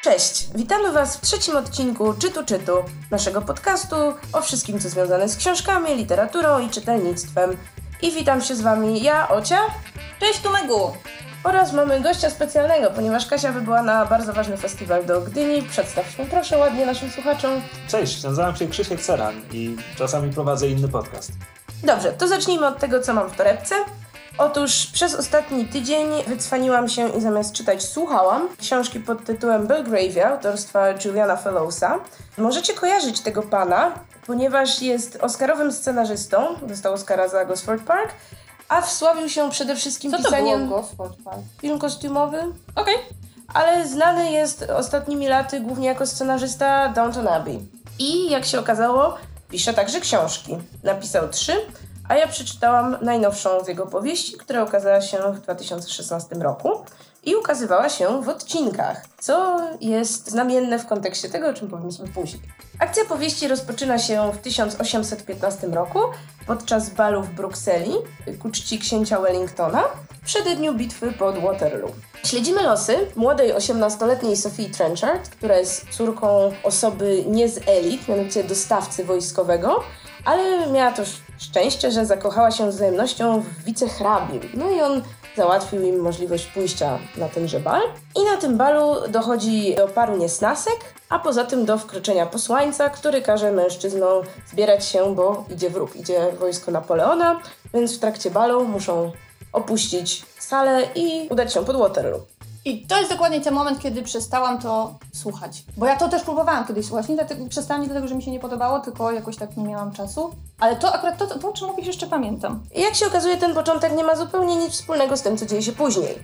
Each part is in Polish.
Cześć, witamy Was w 3. odcinku Czytu, naszego podcastu o wszystkim, co związane z książkami, literaturą i czytelnictwem. I witam się z Wami ja, Ocia. Cześć, tu Megu. Oraz mamy gościa specjalnego, ponieważ Kasia wybyła na bardzo ważny festiwal do Gdyni. Przedstaw się proszę ładnie naszym słuchaczom. Cześć, nazywam się Krzysiek Ceran i czasami prowadzę inny podcast. Dobrze, to zacznijmy od tego, co mam w torebce. Otóż przez ostatni tydzień wycwaniłam się i zamiast czytać słuchałam książki pod tytułem Belgravia autorstwa Juliana Fellowsa. Możecie kojarzyć tego pana, ponieważ jest oscarowym scenarzystą, dostał Oscara za Gosford Park, a wsławił się przede wszystkim pisaniem... Co to było Gosford Park? Film kostiumowy. Okej. Ale znany jest ostatnimi laty głównie jako scenarzysta Downton Abbey. I jak się okazało, pisze także książki. Napisał 3, a ja przeczytałam najnowszą z jego powieści, która ukazała się w 2016 roku i ukazywała się w odcinkach, co jest znamienne w kontekście tego, o czym powiem sobie później. Akcja powieści rozpoczyna się w 1815 roku podczas balu w Brukseli ku czci księcia Wellingtona w przededniu bitwy pod Waterloo. Śledzimy losy młodej 18-letniej Sophie Trenchard, która jest córką osoby nie z elit, mianowicie dostawcy wojskowego, ale miała to szczęście, że zakochała się wzajemnością w wicehrabim. No i on załatwił im możliwość pójścia na tenże bal. I na tym balu dochodzi do paru niesnasek, a poza tym do wkroczenia posłańca, który każe mężczyznom zbierać się, bo idzie wróg, idzie wojsko Napoleona, więc w trakcie balu muszą opuścić salę i udać się pod Waterloo. I to jest dokładnie ten moment, kiedy przestałam to słuchać. Bo ja to też próbowałam kiedyś słuchać. Przestałam nie dlatego, że mi się nie podobało, tylko jakoś tak nie miałam czasu. Ale to akurat to o czym mówisz, jeszcze pamiętam. I jak się okazuje, ten początek nie ma zupełnie nic wspólnego z tym, co dzieje się później.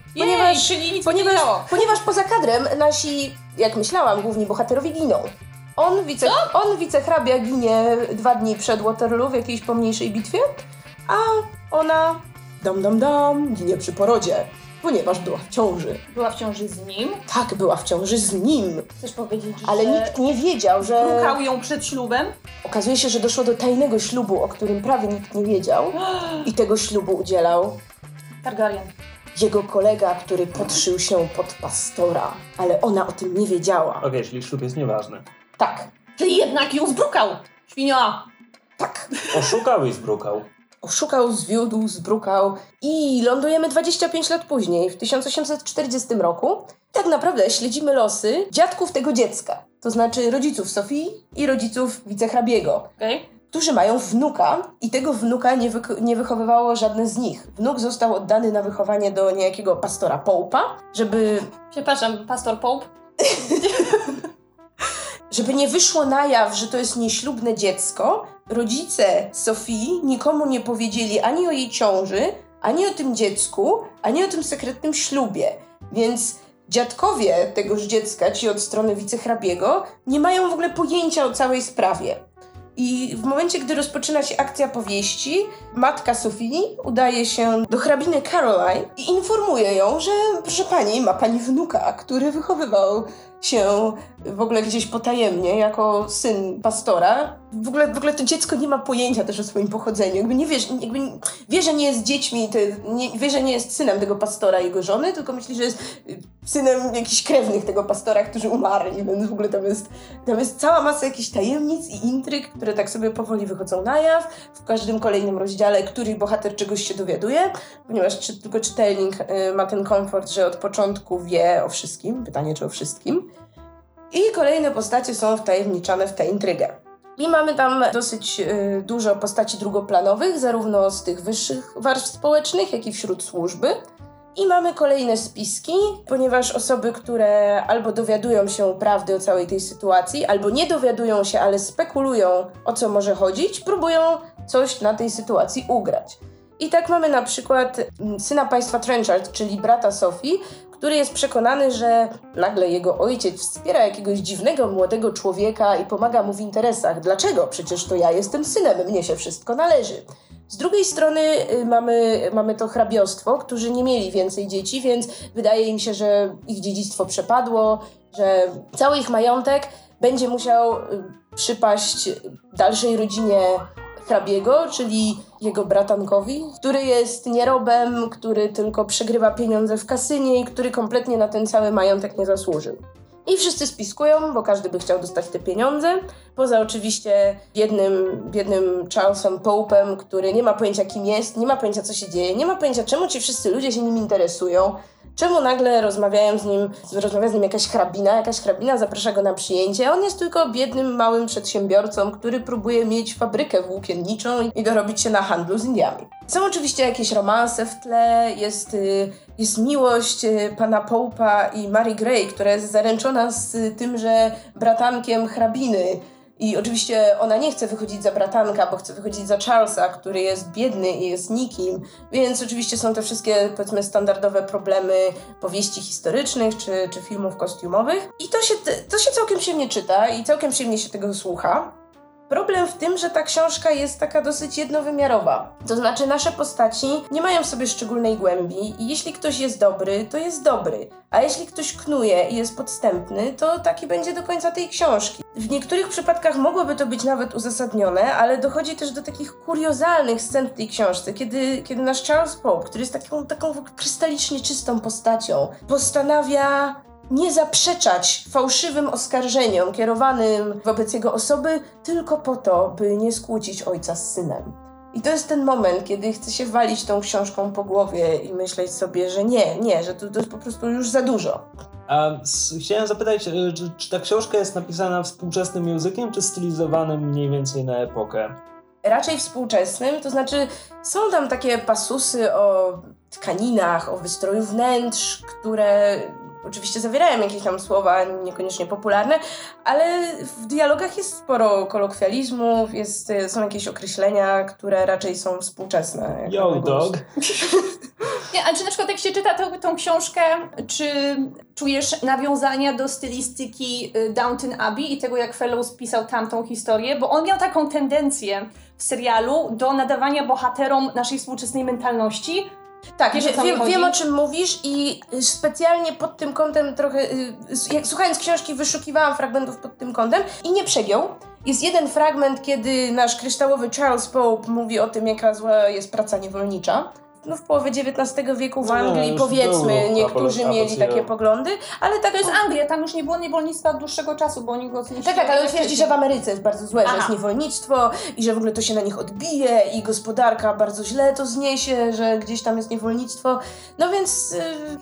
Ponieważ poza kadrem nasi, jak myślałam, główni bohaterowie giną. On, wicehrabia, ginie 2 dni przed Waterloo w jakiejś pomniejszej bitwie, a ona, ginie przy porodzie. Ponieważ była w ciąży. Była w ciąży z nim? Tak, była w ciąży z nim. Chcesz powiedzieć, że... Ale nikt nie wiedział, że... Brukał ją przed ślubem? Okazuje się, że doszło do tajnego ślubu, o którym prawie nikt nie wiedział. I tego ślubu udzielał... Targaryen. Jego kolega, który podszył się pod pastora. Ale ona o tym nie wiedziała. Okej, czyli ślub jest nieważny. Tak. Czyli jednak ją zbrukał! Świnioła! Tak. Oszukał i zbrukał. Oszukał, zwiódł, zbrukał i lądujemy 25 lat później, w 1840 roku. Tak naprawdę śledzimy losy dziadków tego dziecka, to znaczy rodziców Sophie i rodziców wicehrabiego, którzy mają wnuka i tego wnuka nie wychowywało żadne z nich. Wnuk został oddany na wychowanie do niejakiego pastora Pope'a, żeby... Przepraszam, pastor Pope? Żeby nie wyszło na jaw, że to jest nieślubne dziecko, rodzice Sophie nikomu nie powiedzieli ani o jej ciąży, ani o tym dziecku, ani o tym sekretnym ślubie. Więc dziadkowie tegoż dziecka, ci od strony wicehrabiego, nie mają w ogóle pojęcia o całej sprawie. I w momencie, gdy rozpoczyna się akcja powieści, matka Sophie udaje się do hrabiny Caroline i informuje ją, że proszę pani, ma pani wnuka, który wychowywał się w ogóle gdzieś potajemnie jako syn pastora. W ogóle to dziecko nie ma pojęcia też o swoim pochodzeniu. Wie, że nie jest dziećmi, wie, że nie jest synem tego pastora i jego żony, tylko myśli, że jest synem jakichś krewnych tego pastora, którzy umarli, więc w ogóle tam jest cała masa jakichś tajemnic i intryg, które tak sobie powoli wychodzą na jaw. W każdym kolejnym rozdziale, który bohater czegoś się dowiaduje, ponieważ tylko czytelnik ma ten komfort, że od początku wie o wszystkim. Pytanie, czy o wszystkim. I kolejne postacie są wtajemniczane w tę intrygę. I mamy tam dosyć dużo postaci drugoplanowych, zarówno z tych wyższych warstw społecznych, jak i wśród służby. I mamy kolejne spiski, ponieważ osoby, które albo dowiadują się prawdy o całej tej sytuacji, albo nie dowiadują się, ale spekulują, o co może chodzić, próbują coś na tej sytuacji ugrać. I tak mamy na przykład syna państwa Trenchard, czyli brata Sophie, który jest przekonany, że nagle jego ojciec wspiera jakiegoś dziwnego młodego człowieka i pomaga mu w interesach. Dlaczego? Przecież to ja jestem synem, mnie się wszystko należy. Z drugiej strony mamy to hrabiostwo, którzy nie mieli więcej dzieci, więc wydaje im się, że ich dziedzictwo przepadło, że cały ich majątek będzie musiał przypaść dalszej rodzinie hrabiego, czyli jego bratankowi, który jest nierobem, który tylko przegrywa pieniądze w kasynie i który kompletnie na ten cały majątek nie zasłużył. I wszyscy spiskują, bo każdy by chciał dostać te pieniądze. Poza oczywiście biednym Charlesem Pope'em, który nie ma pojęcia kim jest, nie ma pojęcia co się dzieje, nie ma pojęcia czemu ci wszyscy ludzie się nim interesują. Czemu nagle rozmawia z nim jakaś hrabina zaprasza go na przyjęcie, a on jest tylko biednym, małym przedsiębiorcą, który próbuje mieć fabrykę włókienniczą i dorobić się na handlu z Indiami. Są oczywiście jakieś romanse w tle, jest miłość pana Pope'a i Mary Grey, która jest zaręczona z tymże bratankiem hrabiny. I oczywiście ona nie chce wychodzić za bratanka, bo chce wychodzić za Charlesa, który jest biedny i jest nikim. Więc oczywiście są te wszystkie, powiedzmy, standardowe problemy powieści historycznych czy filmów kostiumowych. I to się całkiem przyjemnie czyta i całkiem przyjemnie się tego słucha. Problem w tym, że ta książka jest taka dosyć jednowymiarowa. To znaczy nasze postaci nie mają w sobie szczególnej głębi i jeśli ktoś jest dobry, to jest dobry. A jeśli ktoś knuje i jest podstępny, to taki będzie do końca tej książki. W niektórych przypadkach mogłoby to być nawet uzasadnione, ale dochodzi też do takich kuriozalnych scen w tej książce, kiedy nasz Charles Pope, który jest taką krystalicznie czystą postacią, postanawia nie zaprzeczać fałszywym oskarżeniom kierowanym wobec jego osoby tylko po to, by nie skłócić ojca z synem. I to jest ten moment, kiedy chce się walić tą książką po głowie i myśleć sobie, że nie, że to jest po prostu już za dużo. Chciałem zapytać, czy ta książka jest napisana współczesnym językiem, czy stylizowanym mniej więcej na epokę? Raczej współczesnym, to znaczy są tam takie pasusy o tkaninach, o wystroju wnętrz, które oczywiście zawierają jakieś tam słowa niekoniecznie popularne, ale w dialogach jest sporo kolokwializmów, są jakieś określenia, które raczej są współczesne. Yo, dog! Nie, ale czy na przykład jak się czyta tą książkę, czy czujesz nawiązania do stylistyki Downton Abbey i tego, jak Fellows pisał tamtą historię? Bo on miał taką tendencję w serialu do nadawania bohaterom naszej współczesnej mentalności. Tak, wiem o czym mówisz i specjalnie pod tym kątem trochę, słuchając książki, wyszukiwałam fragmentów pod tym kątem i nie przegiął. Jest jeden fragment, kiedy nasz kryształowy Charles Pope mówi o tym, jaka zła jest praca niewolnicza. No w połowie XIX wieku w Anglii, powiedzmy, niektórzy mieli takie poglądy, ale tak... To jest Anglia, tam już nie było niewolnictwa od dłuższego czasu, bo oni go zniszczyli. Tak, ale on twierdzi, że w Ameryce jest bardzo złe, że jest niewolnictwo i że w ogóle to się na nich odbije i gospodarka bardzo źle to zniesie, że gdzieś tam jest niewolnictwo. No więc...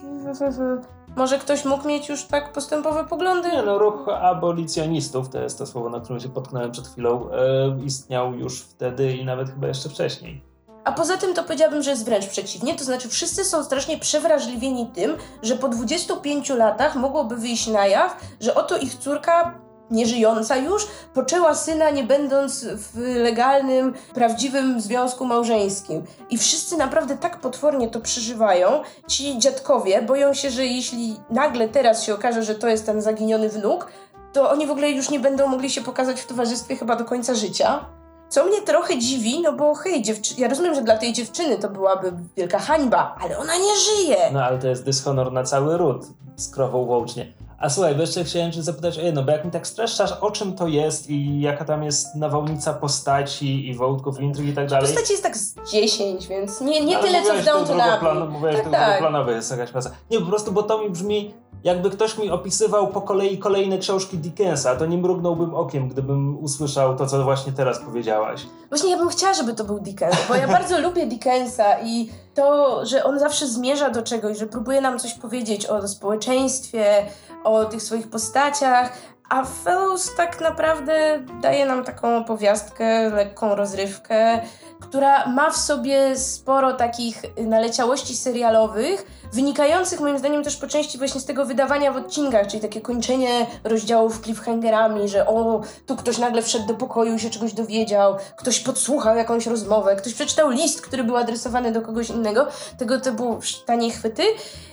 Może ktoś mógł mieć już tak postępowe poglądy? Nie, ruch abolicjonistów, to jest to słowo, na którym się potknąłem przed chwilą, istniał już wtedy i nawet chyba jeszcze wcześniej. A poza tym to powiedziałabym, że jest wręcz przeciwnie, to znaczy wszyscy są strasznie przewrażliwieni tym, że po 25 latach mogłoby wyjść na jaw, że oto ich córka, nieżyjąca już, poczęła syna, nie będąc w legalnym, prawdziwym związku małżeńskim. I wszyscy naprawdę tak potwornie to przeżywają. Ci dziadkowie boją się, że jeśli nagle teraz się okaże, że to jest ten zaginiony wnuk, to oni w ogóle już nie będą mogli się pokazać w towarzystwie chyba do końca życia. Co mnie trochę dziwi, no bo hej, ja rozumiem, że dla tej dziewczyny to byłaby wielka hańba, ale ona nie żyje. No ale to jest dyshonor na cały ród, z krową łącznie. A słuchaj, bo jeszcze chciałem cię zapytać o jedno, bo jak mi tak streszczasz, o czym to jest i jaka tam jest nawałnica postaci i wątków, intryg i tak dalej. Postaci jest tak z 10, więc nie tyle co w Downton Abbey. Mówiłeś, że drugoplanowy jest jakaś praca. Nie, po prostu, bo to mi brzmi, jakby ktoś mi opisywał po kolei kolejne książki Dickensa, to nie mrugnąłbym okiem, gdybym usłyszał to, co właśnie teraz powiedziałaś. Właśnie ja bym chciała, żeby to był Dickens, bo ja bardzo lubię Dickensa i to, że on zawsze zmierza do czegoś, że próbuje nam coś powiedzieć o społeczeństwie, o tych swoich postaciach, a Fellows tak naprawdę daje nam taką opowiastkę, lekką rozrywkę, która ma w sobie sporo takich naleciałości serialowych, wynikających moim zdaniem też po części właśnie z tego wydawania w odcinkach, czyli takie kończenie rozdziałów cliffhangerami, że tu ktoś nagle wszedł do pokoju i się czegoś dowiedział, ktoś podsłuchał jakąś rozmowę, ktoś przeczytał list, który był adresowany do kogoś innego, tego typu tanie chwyty.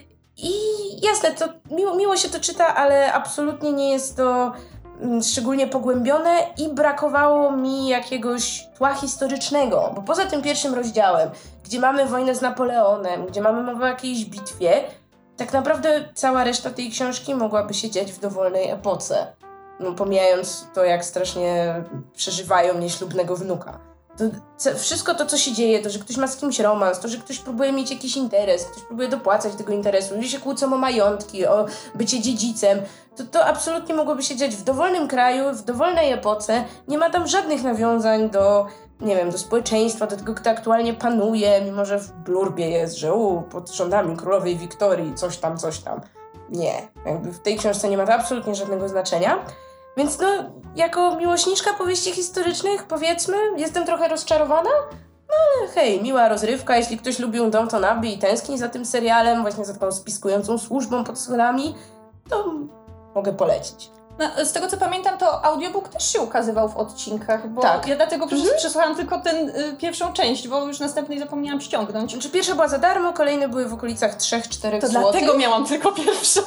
I jasne, to miło się to czyta, ale absolutnie nie jest to szczególnie pogłębione i brakowało mi jakiegoś tła historycznego, bo poza tym pierwszym rozdziałem, gdzie mamy wojnę z Napoleonem, gdzie mamy mowę o jakiejś bitwie, tak naprawdę cała reszta tej książki mogłaby się dziać w dowolnej epoce. No, pomijając to, jak strasznie przeżywają nieślubnego wnuka. Wszystko to, co się dzieje, to, że ktoś ma z kimś romans, to, że ktoś próbuje mieć jakiś interes, ktoś próbuje dopłacać tego interesu, ludzie się kłócą o majątki, o bycie dziedzicem, to absolutnie mogłoby się dziać w dowolnym kraju, w dowolnej epoce. Nie ma tam żadnych nawiązań do, nie wiem, do społeczeństwa, do tego, kto aktualnie panuje, mimo że w blurbie jest, że pod rządami królowej Wiktorii coś tam. Nie, jakby w tej książce nie ma to absolutnie żadnego znaczenia. Więc jako miłośniczka powieści historycznych, powiedzmy, jestem trochę rozczarowana, ale hej, miła rozrywka, jeśli ktoś lubił Downton Abbey i tęskni za tym serialem, właśnie za taką spiskującą służbą pod schodami, to mogę polecić. No, z tego co pamiętam, to audiobook też się ukazywał w odcinkach, bo tak. Ja dlatego przesłuchałam tylko pierwszą część, bo już następnej zapomniałam ściągnąć. Znaczy pierwsza była za darmo, kolejne były w okolicach 3-4 to zł. Dlatego miałam tylko pierwszą.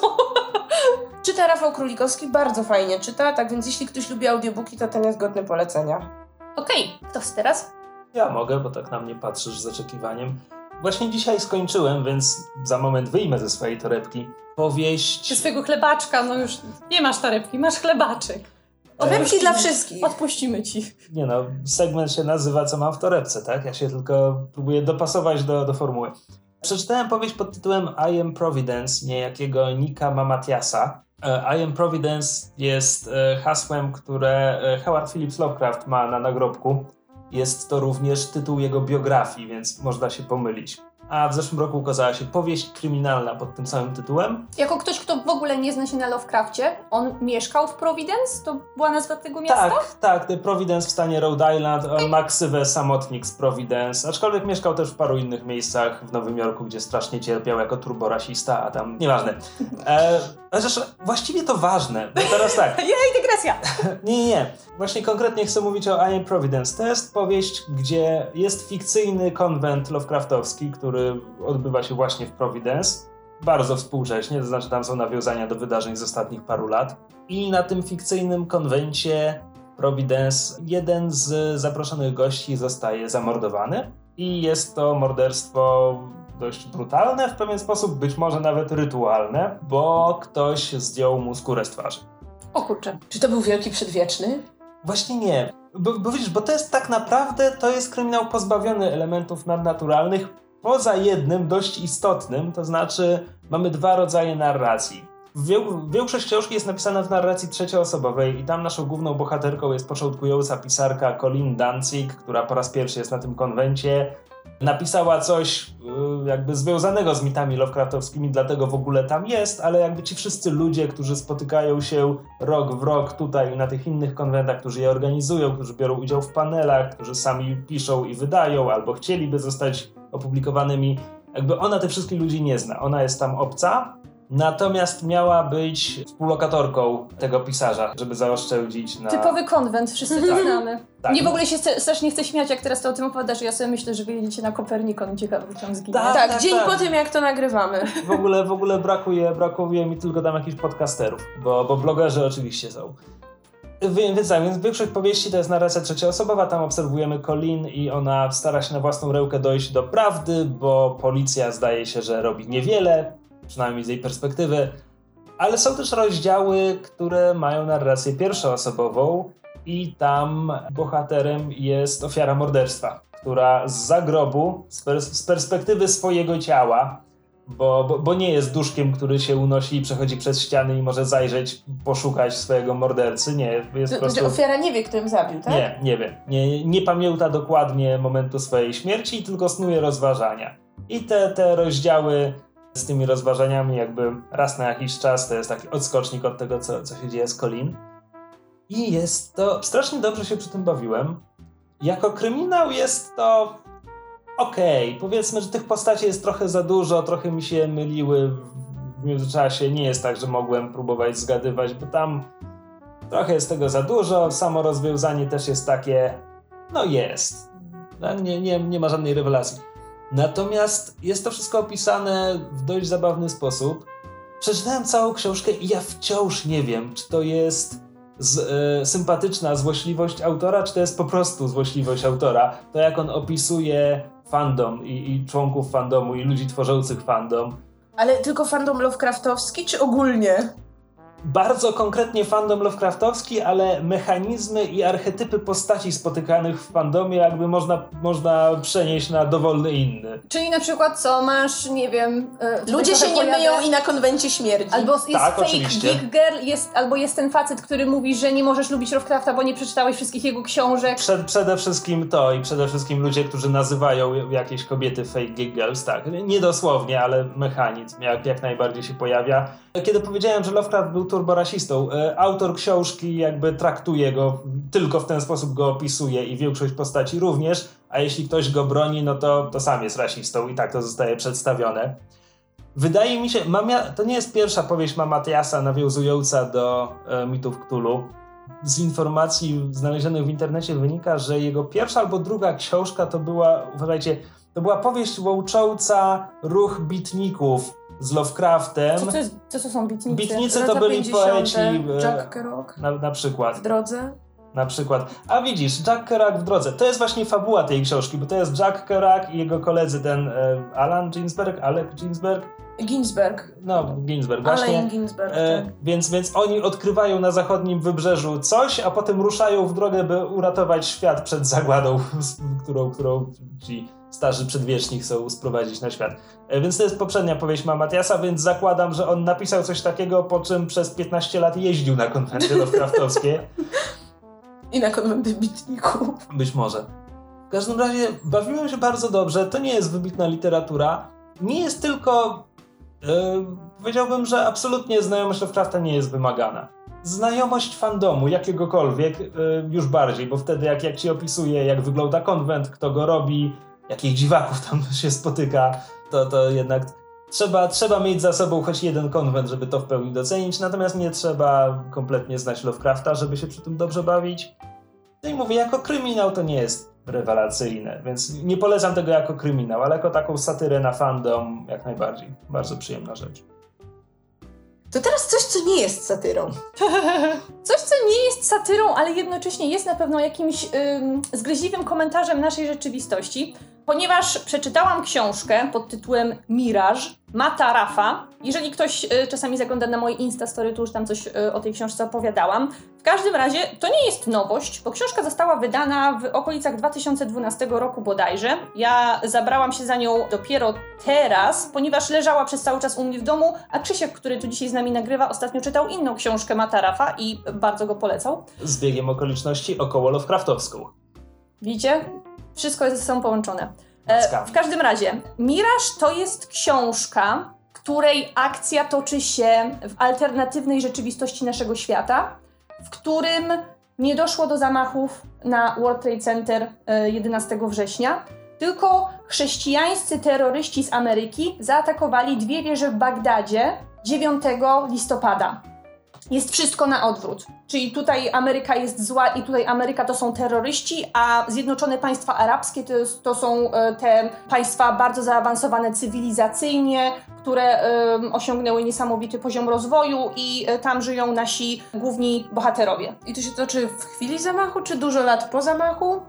Czyta Rafał Królikowski, bardzo fajnie czyta, tak więc jeśli ktoś lubi audiobooki, to ten jest godny polecenia. Okej, to teraz? Ja mogę, bo tak na mnie patrzysz z oczekiwaniem. Właśnie dzisiaj skończyłem, więc za moment wyjmę ze swojej torebki powieść... Ze swojego chlebaczka, no już nie masz torebki, masz chlebaczek. Torebki dla wszystkich. Odpuścimy ci. Nie no, segment się nazywa Co mam w torebce, tak? Ja się tylko próbuję dopasować do formuły. Przeczytałem powieść pod tytułem I Am Providence niejakiego Nika Mamatiasa. I Am Providence jest hasłem, które Howard Phillips Lovecraft ma na nagrobku. Jest to również tytuł jego biografii, więc można się pomylić. A w zeszłym roku ukazała się powieść kryminalna pod tym samym tytułem. Jako ktoś, kto w ogóle nie zna się na Lovecrafcie, on mieszkał w Providence? To była nazwa tego miasta? Tak, The Providence w stanie Rhode Island. On ma ksywę Samotnik z Providence, aczkolwiek mieszkał też w paru innych miejscach w Nowym Jorku, gdzie strasznie cierpiał jako turborasista, a tam nieważne. Chociaż właściwie to ważne, bo teraz tak. Jej, dygresja! Nie. Właśnie konkretnie chcę mówić o I Am Providence. To jest powieść, gdzie jest fikcyjny konwent Lovecraftowski, który odbywa się właśnie w Providence. Bardzo współcześnie, to znaczy tam są nawiązania do wydarzeń z ostatnich paru lat. I na tym fikcyjnym konwencie Providence jeden z zaproszonych gości zostaje zamordowany. I jest to morderstwo dość brutalne w pewien sposób, być może nawet rytualne, bo ktoś zdjął mu skórę z twarzy. O kurczę. Czy to był Wielki Przedwieczny? Właśnie nie. Bo widzisz, bo to jest tak naprawdę, to jest kryminał pozbawiony elementów nadnaturalnych, poza jednym dość istotnym, to znaczy mamy dwa rodzaje narracji. Większość książki jest napisana w narracji trzecioosobowej i tam naszą główną bohaterką jest początkująca pisarka Colleen Danzig, która po raz pierwszy jest na tym konwencie. Napisała coś jakby związanego z mitami Lovecraftowskimi, dlatego w ogóle tam jest, ale jakby ci wszyscy ludzie, którzy spotykają się rok w rok tutaj i na tych innych konwentach, którzy je organizują, którzy biorą udział w panelach, którzy sami piszą i wydają, albo chcieliby zostać opublikowanymi, jakby ona tych wszystkich ludzi nie zna. Ona jest tam obca, natomiast miała być współlokatorką tego pisarza, żeby zaoszczędzić na... Typowy konwent, wszyscy to znamy. Tak. Nie w ogóle się strasznie chcę śmiać, jak teraz to o tym opowiadasz, ja sobie myślę, że wyjedziecie na Kopernikon, ciekawe tam zginie. Tak, dzień po tym, jak to nagrywamy. W ogóle brakuje mi tylko tam jakichś podcasterów, bo blogerzy oczywiście są. Więc większość powieści to jest narracja trzecioosobowa, tam obserwujemy Colleen i ona stara się na własną rękę dojść do prawdy, bo policja zdaje się, że robi niewiele, przynajmniej z jej perspektywy, ale są też rozdziały, które mają narrację pierwszoosobową i tam bohaterem jest ofiara morderstwa, która z zagrobu, z perspektywy swojego ciała, bo nie jest duszkiem, który się unosi i przechodzi przez ściany i może zajrzeć, poszukać swojego mordercy. Nie, jest po prostu... Ofiara nie wie, kto ją zabił, tak? Nie wie. Nie pamięta dokładnie momentu swojej śmierci, tylko snuje rozważania. I te rozdziały z tymi rozważaniami jakby raz na jakiś czas to jest taki odskocznik od tego, co się dzieje z Colleen. I jest to... Strasznie dobrze się przy tym bawiłem. Jako kryminał jest to... Okej, powiedzmy, że tych postaci jest trochę za dużo, trochę mi się myliły w międzyczasie. Nie jest tak, że mogłem próbować zgadywać, bo tam trochę jest tego za dużo. Samo rozwiązanie też jest takie, no jest. Nie ma żadnej rewelacji. Natomiast jest to wszystko opisane w dość zabawny sposób. Przeczytałem całą książkę i ja wciąż nie wiem, czy to jest sympatyczna złośliwość autora, czy to jest po prostu złośliwość autora. To jak on opisuje fandom i członków fandomu i ludzi tworzących fandom. Ale tylko fandom Lovecraftowski, czy ogólnie? bardzo konkretnie fandom Lovecraftowski, ale mechanizmy i archetypy postaci spotykanych w fandomie jakby można przenieść na dowolny inny. Czyli na przykład co, masz, nie wiem... Ludzie się nie myją i na konwencie śmierci. Albo jest tak, fake oczywiście. geek girl, albo jest ten facet, który mówi, że nie możesz lubić Lovecrafta, bo nie przeczytałeś wszystkich jego książek. Przede wszystkim to i przede wszystkim ludzie, którzy nazywają jakieś kobiety fake geek girls, tak. Nie dosłownie, ale mechanizm jak najbardziej się pojawia. Kiedy powiedziałem, że Lovecraft był turborasistą, autor książki jakby traktuje go, tylko w ten sposób go opisuje i większość postaci również, a jeśli ktoś go broni, no to sam jest rasistą i tak to zostaje przedstawione. Wydaje mi się, to nie jest pierwsza powieść Mathiasa nawiązująca do mitów Cthulhu. Z informacji znalezionych w internecie wynika, że jego pierwsza albo druga książka to była powieść łącząca ruch bitników z Lovecraftem. Co to są bitnicy? Bitnicy to byli 50, poeci. Jack Kerouac. Na przykład. W drodze. Na przykład. A widzisz, Jack Kerouac w drodze. To jest właśnie fabuła tej książki, bo to jest Jack Kerouac i jego koledzy, ten Alec Ginsberg. Ginsberg właśnie. Allen Ginsberg, tak. Więc oni odkrywają na zachodnim wybrzeżu coś, a potem ruszają w drogę, by uratować świat przed zagładą, którą ci starzy przedwieczni chcą sprowadzić na świat. Więc to jest poprzednia powieść Mathiasa, więc zakładam, że on napisał coś takiego, po czym przez 15 lat jeździł na konwenty Lovecraftowskie. I na konwenty bitników. Być może. W każdym razie bawiłem się bardzo dobrze. To nie jest wybitna literatura. Nie jest tylko... powiedziałbym, że absolutnie znajomość Lovecrafta nie jest wymagana. Znajomość fandomu, jakiegokolwiek, już bardziej, bo wtedy jak ci opisuje, jak wygląda konwent, kto go robi, jakich dziwaków tam się spotyka, to jednak trzeba mieć za sobą choć jeden konwent, żeby to w pełni docenić, natomiast nie trzeba kompletnie znać Lovecrafta, żeby się przy tym dobrze bawić. No i mówię, jako kryminał to nie jest rewelacyjne, więc nie polecam tego jako kryminał, ale jako taką satyrę na fandom jak najbardziej. Bardzo przyjemna rzecz. To teraz coś, co nie jest satyrą. Coś, co nie jest satyrą, ale jednocześnie jest na pewno jakimś zgryźliwym komentarzem naszej rzeczywistości, ponieważ przeczytałam książkę pod tytułem Mirage Matta Raffa. Jeżeli ktoś czasami zagląda na moje Instastory, to już tam coś o tej książce opowiadałam. W każdym razie to nie jest nowość, bo książka została wydana w okolicach 2012 roku bodajże. Ja zabrałam się za nią dopiero teraz, ponieważ leżała przez cały czas u mnie w domu, a Krzysiek, który tu dzisiaj z nami nagrywa, ostatnio czytał inną książkę Matta Raffa i bardzo go polecał. Z biegiem okoliczności około Lovecraftowską. Widzicie? Wszystko jest ze sobą połączone. W każdym razie, Mirage to jest książka, której akcja toczy się w alternatywnej rzeczywistości naszego świata, w którym nie doszło do zamachów na World Trade Center 11 września, tylko chrześcijańscy terroryści z Ameryki zaatakowali 2 wieże w Bagdadzie 9 listopada. Jest wszystko na odwrót. Czyli tutaj Ameryka jest zła i tutaj Ameryka to są terroryści, a Zjednoczone Państwa Arabskie to są te państwa bardzo zaawansowane cywilizacyjnie, które osiągnęły niesamowity poziom rozwoju i tam żyją nasi główni bohaterowie. I to się toczy w chwili zamachu, czy dużo lat po zamachu?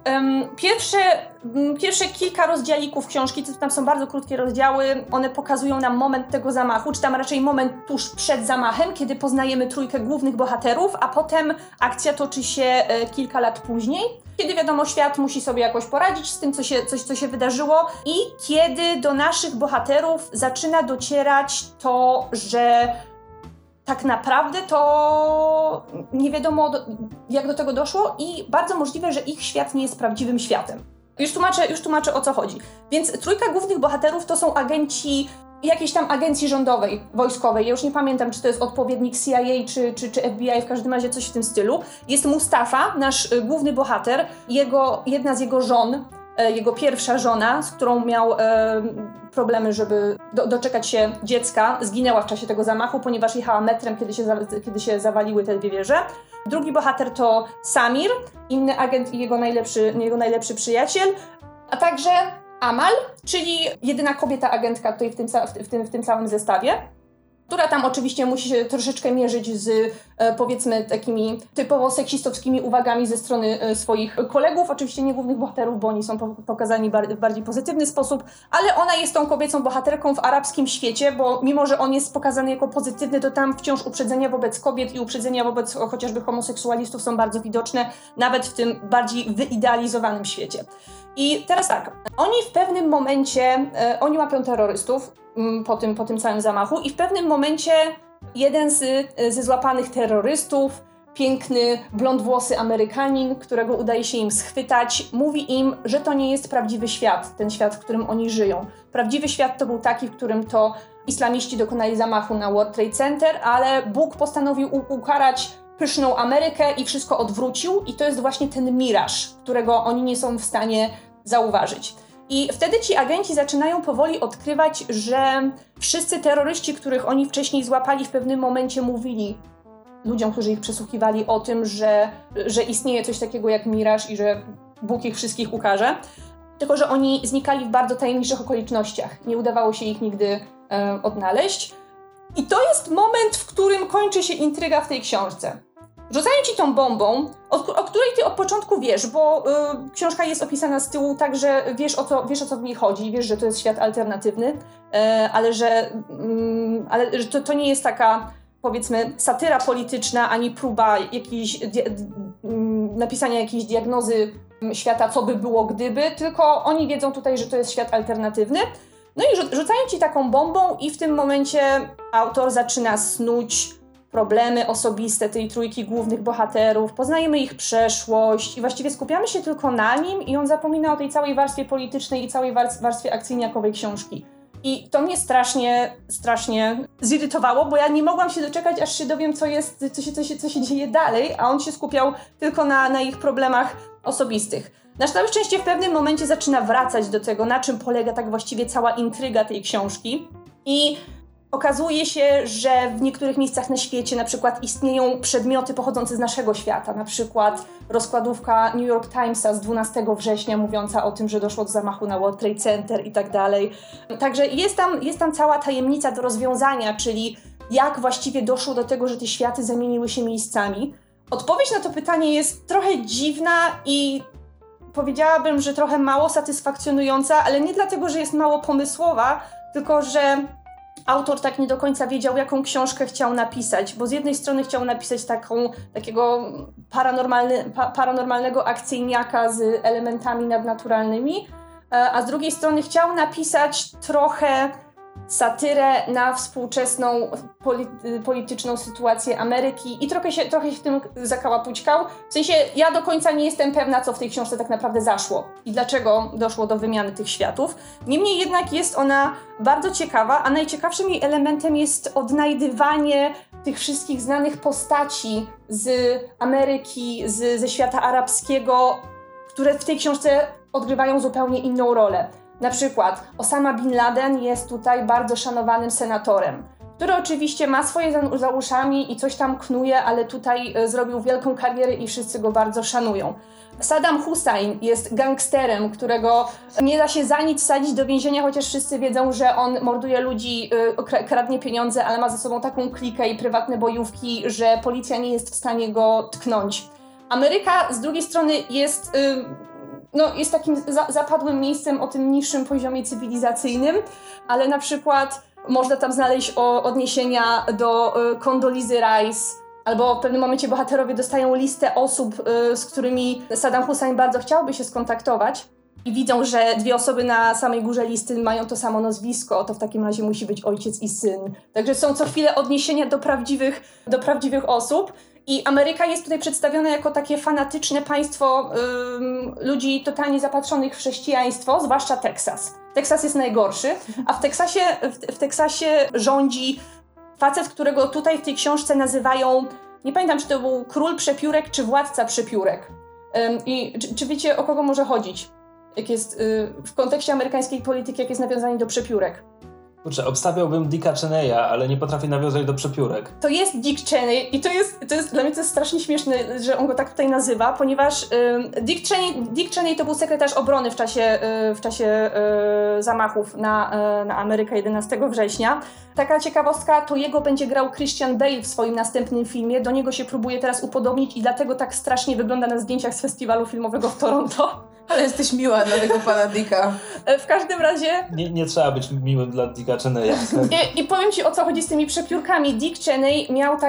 Pierwsze kilka rozdziałików książki, to tam są bardzo krótkie rozdziały, one pokazują nam moment tego zamachu, czy tam raczej moment tuż przed zamachem, kiedy poznajemy trójkę głównych bohaterów, a potem akcja toczy się kilka lat później, kiedy wiadomo, świat musi sobie jakoś poradzić z tym, co się wydarzyło i kiedy do naszych bohaterów zaczyna docierać to, że tak naprawdę to nie wiadomo, jak do tego doszło i bardzo możliwe, że ich świat nie jest prawdziwym światem. Już tłumaczę, o co chodzi. Więc trójka głównych bohaterów to są agenci jakiejś tam agencji rządowej, wojskowej. Ja już nie pamiętam, czy to jest odpowiednik CIA, czy FBI, w każdym razie coś w tym stylu. Jest Mustafa, nasz główny bohater, jedna z jego żon, jego pierwsza żona, z którą miał problemy, żeby doczekać się dziecka, zginęła w czasie tego zamachu, ponieważ jechała metrem, kiedy się zawaliły te 2 wieże. Drugi bohater to Samir, inny agent i jego najlepszy przyjaciel, a także Amal, czyli jedyna kobieta agentka tutaj w tym całym zestawie. która tam oczywiście musi się troszeczkę mierzyć z powiedzmy takimi typowo seksistowskimi uwagami ze strony swoich kolegów, oczywiście nie głównych bohaterów, bo oni są pokazani w bardziej pozytywny sposób, ale ona jest tą kobiecą bohaterką w arabskim świecie, bo mimo, że on jest pokazany jako pozytywny, to tam wciąż uprzedzenia wobec kobiet i uprzedzenia wobec chociażby homoseksualistów są bardzo widoczne, nawet w tym bardziej wyidealizowanym świecie. I teraz tak, oni w pewnym momencie, oni łapią terrorystów po tym całym zamachu i w pewnym momencie jeden ze złapanych terrorystów, piękny, blondwłosy Amerykanin, którego udaje się im schwytać, mówi im, że to nie jest prawdziwy świat, ten świat, w którym oni żyją. Prawdziwy świat to był taki, w którym to islamiści dokonali zamachu na World Trade Center, ale Bóg postanowił ukarać pyszną Amerykę i wszystko odwrócił i to jest właśnie ten miraż, którego oni nie są w stanie zauważyć. I wtedy ci agenci zaczynają powoli odkrywać, że wszyscy terroryści, których oni wcześniej złapali, w pewnym momencie mówili ludziom, którzy ich przesłuchiwali, o tym, że istnieje coś takiego jak miraż i że Bóg ich wszystkich ukarze. Tylko że oni znikali w bardzo tajemniczych okolicznościach. Nie udawało się ich nigdy odnaleźć. I to jest moment, w którym kończy się intryga w tej książce. Rzucają ci tą bombą, o której ty od początku wiesz, bo książka jest opisana z tyłu tak, że wiesz o co w niej chodzi, wiesz, że to jest świat alternatywny, ale że to nie jest taka, powiedzmy, satyra polityczna, ani próba napisania jakiejś diagnozy świata, co by było gdyby, tylko oni wiedzą tutaj, że to jest świat alternatywny. No i rzucają ci taką bombą i w tym momencie autor zaczyna snuć problemy osobiste tej trójki głównych bohaterów, poznajemy ich przeszłość i właściwie skupiamy się tylko na nim i on zapomina o tej całej warstwie politycznej i całej warstwie akcyjniakowej książki. I to mnie strasznie zirytowało, bo ja nie mogłam się doczekać, aż się dowiem, co się dzieje dalej, a on się skupiał tylko na ich problemach osobistych. Na całe szczęście w pewnym momencie zaczyna wracać do tego, na czym polega tak właściwie cała intryga tej książki i okazuje się, że w niektórych miejscach na świecie na przykład istnieją przedmioty pochodzące z naszego świata, na przykład rozkładówka New York Timesa z 12 września mówiąca o tym, że doszło do zamachu na World Trade Center i tak dalej. Także jest tam cała tajemnica do rozwiązania, czyli jak właściwie doszło do tego, że te światy zamieniły się miejscami. Odpowiedź na to pytanie jest trochę dziwna i powiedziałabym, że trochę mało satysfakcjonująca, ale nie dlatego, że jest mało pomysłowa, tylko że autor tak nie do końca wiedział, jaką książkę chciał napisać, bo z jednej strony chciał napisać takiego paranormalnego akcyjniaka z elementami nadnaturalnymi, a z drugiej strony chciał napisać trochę satyrę na współczesną polityczną sytuację Ameryki i trochę się w tym zakałapućkał. W sensie ja do końca nie jestem pewna, co w tej książce tak naprawdę zaszło i dlaczego doszło do wymiany tych światów. Niemniej jednak jest ona bardzo ciekawa, a najciekawszym jej elementem jest odnajdywanie tych wszystkich znanych postaci z Ameryki, ze świata arabskiego, które w tej książce odgrywają zupełnie inną rolę. Na przykład Osama Bin Laden jest tutaj bardzo szanowanym senatorem, który oczywiście ma swoje za uszami i coś tam knuje, ale tutaj zrobił wielką karierę i wszyscy go bardzo szanują. Saddam Hussein jest gangsterem, którego nie da się za nic wsadzić do więzienia, chociaż wszyscy wiedzą, że on morduje ludzi, kradnie pieniądze, ale ma ze sobą taką klikę i prywatne bojówki, że policja nie jest w stanie go tknąć. Ameryka z drugiej strony jest takim zapadłym miejscem o tym niższym poziomie cywilizacyjnym, ale na przykład można tam znaleźć odniesienia do Condoleezza Rice, albo w pewnym momencie bohaterowie dostają listę osób, z którymi Saddam Hussein bardzo chciałby się skontaktować i widzą, że dwie osoby na samej górze listy mają to samo nazwisko, to w takim razie musi być ojciec i syn. Także są co chwilę odniesienia do prawdziwych osób. I Ameryka jest tutaj przedstawiona jako takie fanatyczne państwo ludzi totalnie zapatrzonych w chrześcijaństwo, zwłaszcza Teksas. Teksas jest najgorszy, a w Teksasie rządzi facet, którego tutaj w tej książce nazywają, nie pamiętam, czy to był król przepiórek, czy władca przepiórek. I czy wiecie, o kogo może chodzić? Jak jest w kontekście amerykańskiej polityki, jak jest nawiązanie do przepiórek? Kurczę, obstawiałbym Dicka Cheneya, ale nie potrafię nawiązać do przepiórek. To jest Dick Cheney i to jest dla mnie to jest strasznie śmieszne, że on go tak tutaj nazywa, ponieważ Dick Cheney to był sekretarz obrony w czasie zamachów na Amerykę 11 września. Taka ciekawostka, to jego będzie grał Christian Bale w swoim następnym filmie. Do niego się próbuje teraz upodobnić i dlatego tak strasznie wygląda na zdjęciach z festiwalu filmowego w Toronto. Ale jesteś miła dla tego pana Dicka. W każdym razie... Nie trzeba być miłym dla Dicka Cheneya. I powiem ci, o co chodzi z tymi przepiórkami. Dick Cheney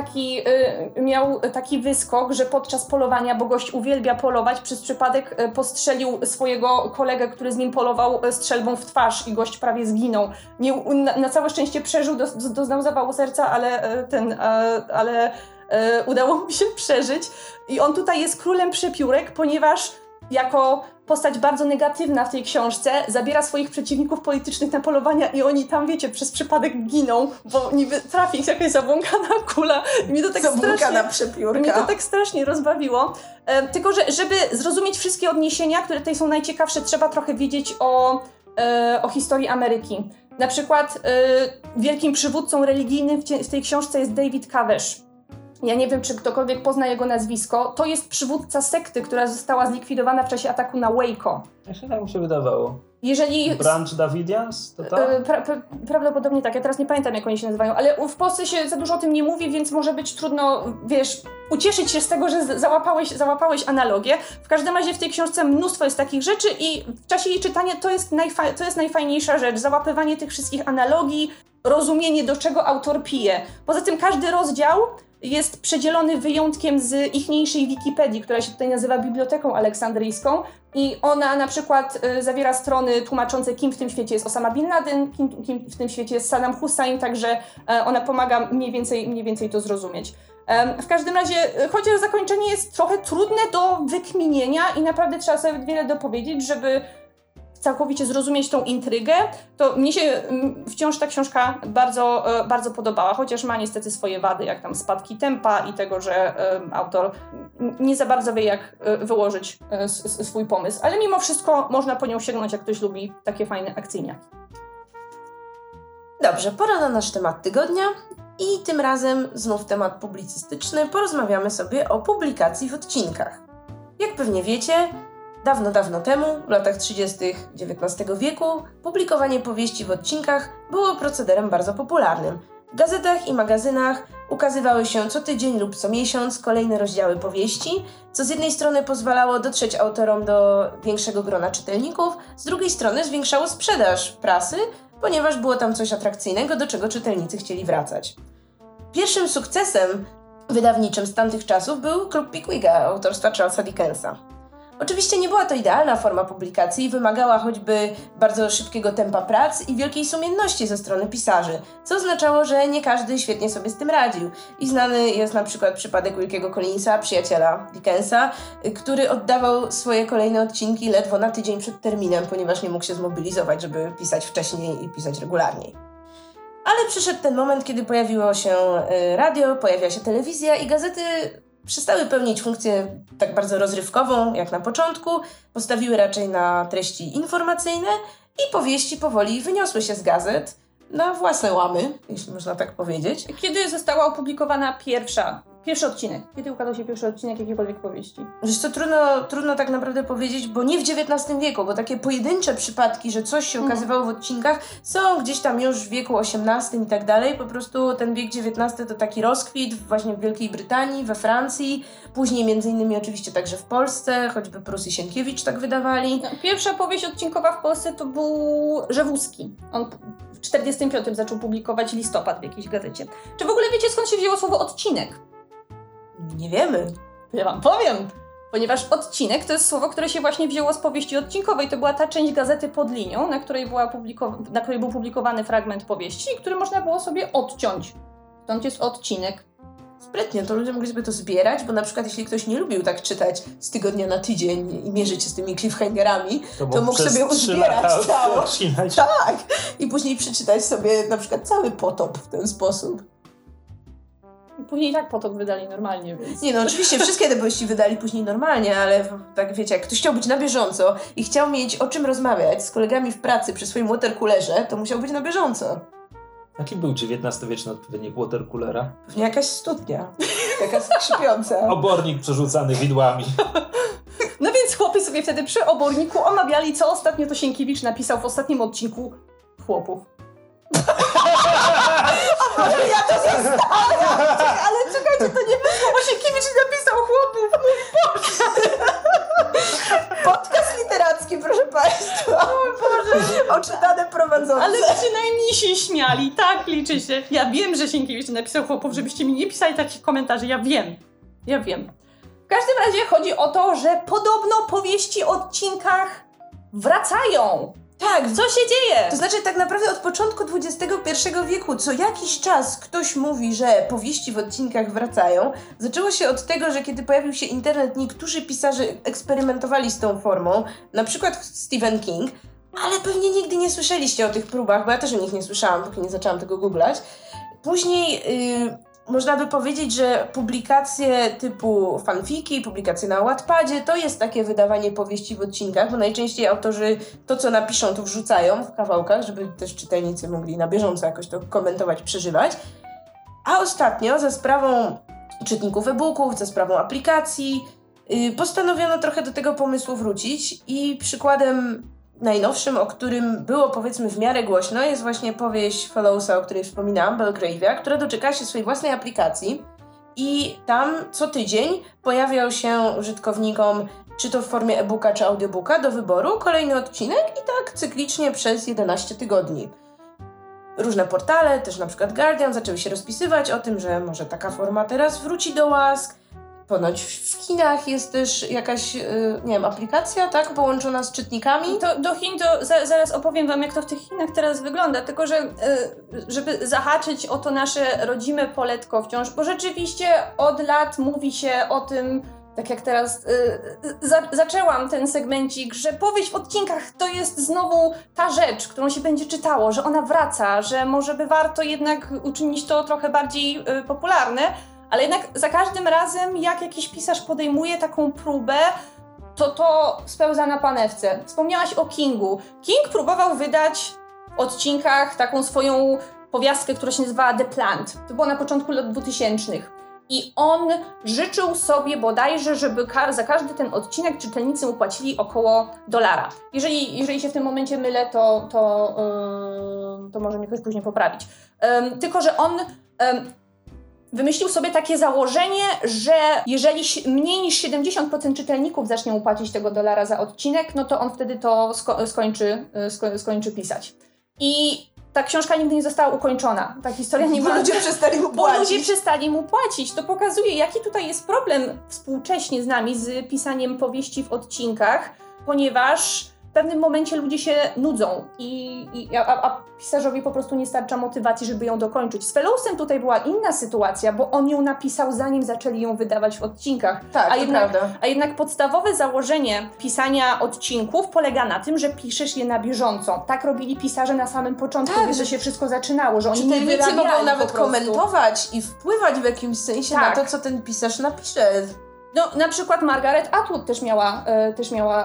miał taki wyskok, że podczas polowania, bo gość uwielbia polować, przez przypadek postrzelił swojego kolegę, który z nim polował, strzelbą w twarz i gość prawie zginął. Na całe szczęście przeżył, doznał zawału serca, ale udało mi się przeżyć. I on tutaj jest królem przepiórek, ponieważ jako postać bardzo negatywna w tej książce zabiera swoich przeciwników politycznych na polowania i oni tam, wiecie, przez przypadek giną, bo niby trafi ich jakaś zabłąkana kula. I mnie to tak przepiórka. Mnie to tak strasznie rozbawiło. Tylko, że żeby zrozumieć wszystkie odniesienia, które tutaj są najciekawsze, trzeba trochę wiedzieć o historii Ameryki. Na przykład wielkim przywódcą religijnym w tej książce jest David Koresh. Ja nie wiem, czy ktokolwiek pozna jego nazwisko. To jest przywódca sekty, która została zlikwidowana w czasie ataku na Waco. Jeszcze tak mi się wydawało. Branch Davidians? To? Prawdopodobnie tak. Ja teraz nie pamiętam, jak oni się nazywają, ale w Polsce się za dużo o tym nie mówi, więc może być trudno, wiesz, ucieszyć się z tego, że załapałeś analogię. W każdym razie w tej książce mnóstwo jest takich rzeczy i w czasie jej czytania to jest najfajniejsza rzecz. Załapywanie tych wszystkich analogii, rozumienie, do czego autor pije. Poza tym każdy rozdział jest przedzielony wyjątkiem z ichniejszej Wikipedii, która się tutaj nazywa Biblioteką Aleksandryjską i ona na przykład zawiera strony tłumaczące, kim w tym świecie jest Osama Bin Laden, kim w tym świecie jest Saddam Hussein, także ona pomaga mniej więcej to zrozumieć. W każdym razie, chociaż zakończenie jest trochę trudne do wykminienia i naprawdę trzeba sobie wiele dopowiedzieć, żeby całkowicie zrozumieć tą intrygę, to mnie się wciąż ta książka bardzo, bardzo podobała, chociaż ma niestety swoje wady, jak tam spadki tempa i tego, że autor nie za bardzo wie, jak wyłożyć swój pomysł, ale mimo wszystko można po nią sięgnąć, jak ktoś lubi takie fajne akcyjniaki. Dobrze, pora na nasz temat tygodnia i tym razem znów temat publicystyczny. Porozmawiamy sobie o publikacji w odcinkach. Jak pewnie wiecie, dawno temu, w latach 30. XIX wieku, publikowanie powieści w odcinkach było procederem bardzo popularnym. W gazetach i magazynach ukazywały się co tydzień lub co miesiąc kolejne rozdziały powieści, co z jednej strony pozwalało dotrzeć autorom do większego grona czytelników, z drugiej strony zwiększało sprzedaż prasy, ponieważ było tam coś atrakcyjnego, do czego czytelnicy chcieli wracać. Pierwszym sukcesem wydawniczym z tamtych czasów był Klub Pickwicka autorstwa Charlesa Dickensa. Oczywiście nie była to idealna forma publikacji, wymagała choćby bardzo szybkiego tempa prac i wielkiej sumienności ze strony pisarzy, co oznaczało, że nie każdy świetnie sobie z tym radził. I znany jest na przykład przypadek Wilkiego Collinsa, przyjaciela Dickensa, który oddawał swoje kolejne odcinki ledwo na tydzień przed terminem, ponieważ nie mógł się zmobilizować, żeby pisać wcześniej i pisać regularniej. Ale przyszedł ten moment, kiedy pojawiło się radio, pojawiła się telewizja i gazety przestały pełnić funkcję tak bardzo rozrywkową, jak na początku, postawiły raczej na treści informacyjne i powieści powoli wyniosły się z gazet na własne łamy, jeśli można tak powiedzieć. Kiedy została opublikowana pierwszy odcinek? Kiedy ukazał się pierwszy odcinek jakiejkolwiek powieści? Wiesz co, trudno tak naprawdę powiedzieć, bo nie w XIX wieku, bo takie pojedyncze przypadki, że coś się ukazywało w odcinkach, są gdzieś tam już w wieku XVIII i tak dalej. Po prostu ten wiek XIX to taki rozkwit właśnie w Wielkiej Brytanii, we Francji, później między innymi oczywiście także w Polsce, choćby Prus i Sienkiewicz tak wydawali. Pierwsza powieść odcinkowa w Polsce to był Rzewuski. On w 1945 zaczął publikować Listopad w jakiejś gazecie. Czy w ogóle wiecie, skąd się wzięło słowo odcinek? Nie wiemy. Ja wam powiem, ponieważ odcinek to jest słowo, które się właśnie wzięło z powieści odcinkowej. To była ta część gazety pod linią, na której był publikowany fragment powieści, który można było sobie odciąć. Stąd jest odcinek. Sprytnie, to ludzie mogli sobie to zbierać, bo na przykład jeśli ktoś nie lubił tak czytać z tygodnia na tydzień i mierzyć się z tymi cliffhangerami, to mógł sobie uzbierać całość. Tak! I później przeczytać sobie na przykład cały potop w ten sposób. Później i tak Potok wydali normalnie, więc... Nie no, oczywiście wszystkie te powieści wydali później normalnie, ale tak wiecie, jak ktoś chciał być na bieżąco i chciał mieć o czym rozmawiać z kolegami w pracy przy swoim watercoolerze, to musiał być na bieżąco. Jaki był XIX-wieczny odpowiednik watercoolera? Pewnie jakaś studnia. Taka skrzypiąca. Obornik przerzucany widłami. No więc chłopy sobie wtedy przy oborniku omawiali, co ostatnio to Sienkiewicz napisał w ostatnim odcinku Chłopów. A może ja to zostawiam? Ale czekajcie, to nie wyszło, bo Sienkiewicz napisał Chłopów. Mój Boże. Podcast literacki, proszę Państwa. O Boże. Oczytane prowadzące. Ale przynajmniej się śmiali, tak liczy się. Ja wiem, że Sienkiewicz napisał Chłopów, żebyście mi nie pisali takich komentarzy. Ja wiem. W każdym razie chodzi o to, że podobno powieści o odcinkach wracają. Tak, Co się dzieje? to znaczy tak naprawdę od początku XXI wieku co jakiś czas ktoś mówi, że powieści w odcinkach wracają. Zaczęło się od tego, że kiedy pojawił się internet, niektórzy pisarze eksperymentowali z tą formą, na przykład Stephen King, ale pewnie nigdy nie słyszeliście o tych próbach, bo ja też o nich nie słyszałam, póki nie zaczęłam tego googlać. Później można by powiedzieć, że publikacje typu fanfiki, publikacje na Wattpadzie to jest takie wydawanie powieści w odcinkach, bo najczęściej autorzy to, co napiszą, to wrzucają w kawałkach, żeby też czytelnicy mogli na bieżąco jakoś to komentować, przeżywać. A ostatnio za sprawą czytników e-booków, za sprawą aplikacji postanowiono trochę do tego pomysłu wrócić i przykładem najnowszym, o którym było powiedzmy w miarę głośno, jest właśnie powieść Fellowsa, o której wspominałam, Belgravia, która doczekała się swojej własnej aplikacji i tam co tydzień pojawiał się użytkownikom, czy to w formie e-booka, czy audiobooka, do wyboru kolejny odcinek i tak cyklicznie przez 11 tygodni. Różne portale, też na przykład Guardian, zaczęły się rozpisywać o tym, że może taka forma teraz wróci do łask. Ponoć w Chinach jest też jakaś, nie wiem, aplikacja, tak, połączona z czytnikami. To do Chin to zaraz opowiem wam, jak to w tych Chinach teraz wygląda, tylko że żeby zahaczyć o to nasze rodzime poletko wciąż, bo rzeczywiście od lat mówi się o tym, tak jak teraz zaczęłam ten segmencik, że powieść w odcinkach to jest znowu ta rzecz, którą się będzie czytało, że ona wraca, że może by warto jednak uczynić to trochę bardziej popularne. Ale jednak za każdym razem, jak jakiś pisarz podejmuje taką próbę, to spełza na panewce. Wspomniałaś o Kingu. King próbował wydać w odcinkach taką swoją powiastkę, która się nazywała The Plant. To było na początku lat 2000. I on życzył sobie bodajże, żeby za każdy ten odcinek czytelnicy mu płacili około $1. Jeżeli się w tym momencie mylę, to może mnie ktoś później poprawić. Tylko że on wymyślił sobie takie założenie, że jeżeli mniej niż 70% czytelników zacznie mu płacić tego $1 za odcinek, no to on wtedy to skończy pisać. I ta książka nigdy nie została ukończona. Ta historia nie ma... Bo ludzie przestali mu płacić. To pokazuje, jaki tutaj jest problem współcześnie z nami, z pisaniem powieści w odcinkach, ponieważ w pewnym momencie ludzie się nudzą a pisarzowi po prostu nie starcza motywacji, żeby ją dokończyć. Z Fellowsem tutaj była inna sytuacja, bo on ją napisał, zanim zaczęli ją wydawać w odcinkach. Tak, a jednak podstawowe założenie pisania odcinków polega na tym, że piszesz je na bieżąco. Tak robili pisarze na samym początku, tak, że się wszystko zaczynało, że oni nie czytelnicy mogą nawet po prostu komentować i wpływać w jakimś sensie na to, co ten pisarz napisze. No, na przykład Margaret Atwood też miała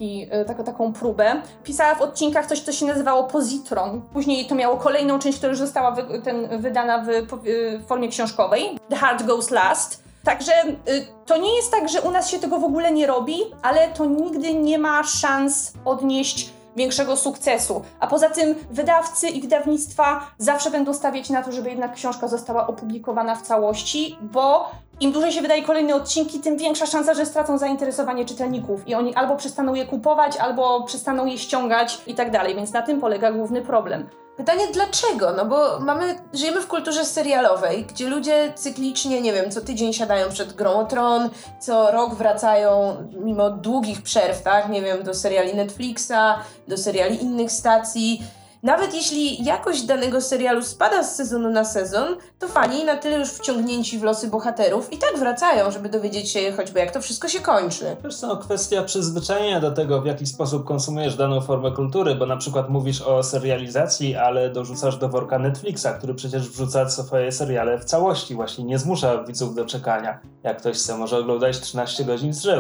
taką próbę. Pisała w odcinkach coś, co się nazywało positron. Później to miało kolejną część, która już została wydana w formie książkowej. The Heart Goes Last. Także to nie jest tak, że u nas się tego w ogóle nie robi, ale to nigdy nie ma szans odnieść większego sukcesu. A poza tym wydawcy i wydawnictwa zawsze będą stawiać na to, żeby jednak książka została opublikowana w całości, bo im dłużej się wydaje kolejne odcinki, tym większa szansa, że stracą zainteresowanie czytelników i oni albo przestaną je kupować, albo przestaną je ściągać i tak dalej, więc na tym polega główny problem. Pytanie dlaczego? No bo żyjemy w kulturze serialowej, gdzie ludzie cyklicznie, nie wiem, co tydzień siadają przed grą o Tron, co rok wracają mimo długich przerw, tak? Nie wiem, do seriali Netflixa, do seriali innych stacji. Nawet jeśli jakość danego serialu spada z sezonu na sezon, to fani na tyle już wciągnięci w losy bohaterów i tak wracają, żeby dowiedzieć się choćby jak to wszystko się kończy. Wiesz co, kwestia przyzwyczajenia do tego, w jaki sposób konsumujesz daną formę kultury, bo na przykład mówisz o serializacji, ale dorzucasz do worka Netflixa, który przecież wrzuca swoje seriale w całości, właśnie nie zmusza widzów do czekania. Jak ktoś chce, może oglądać 13 godzin z rzędu.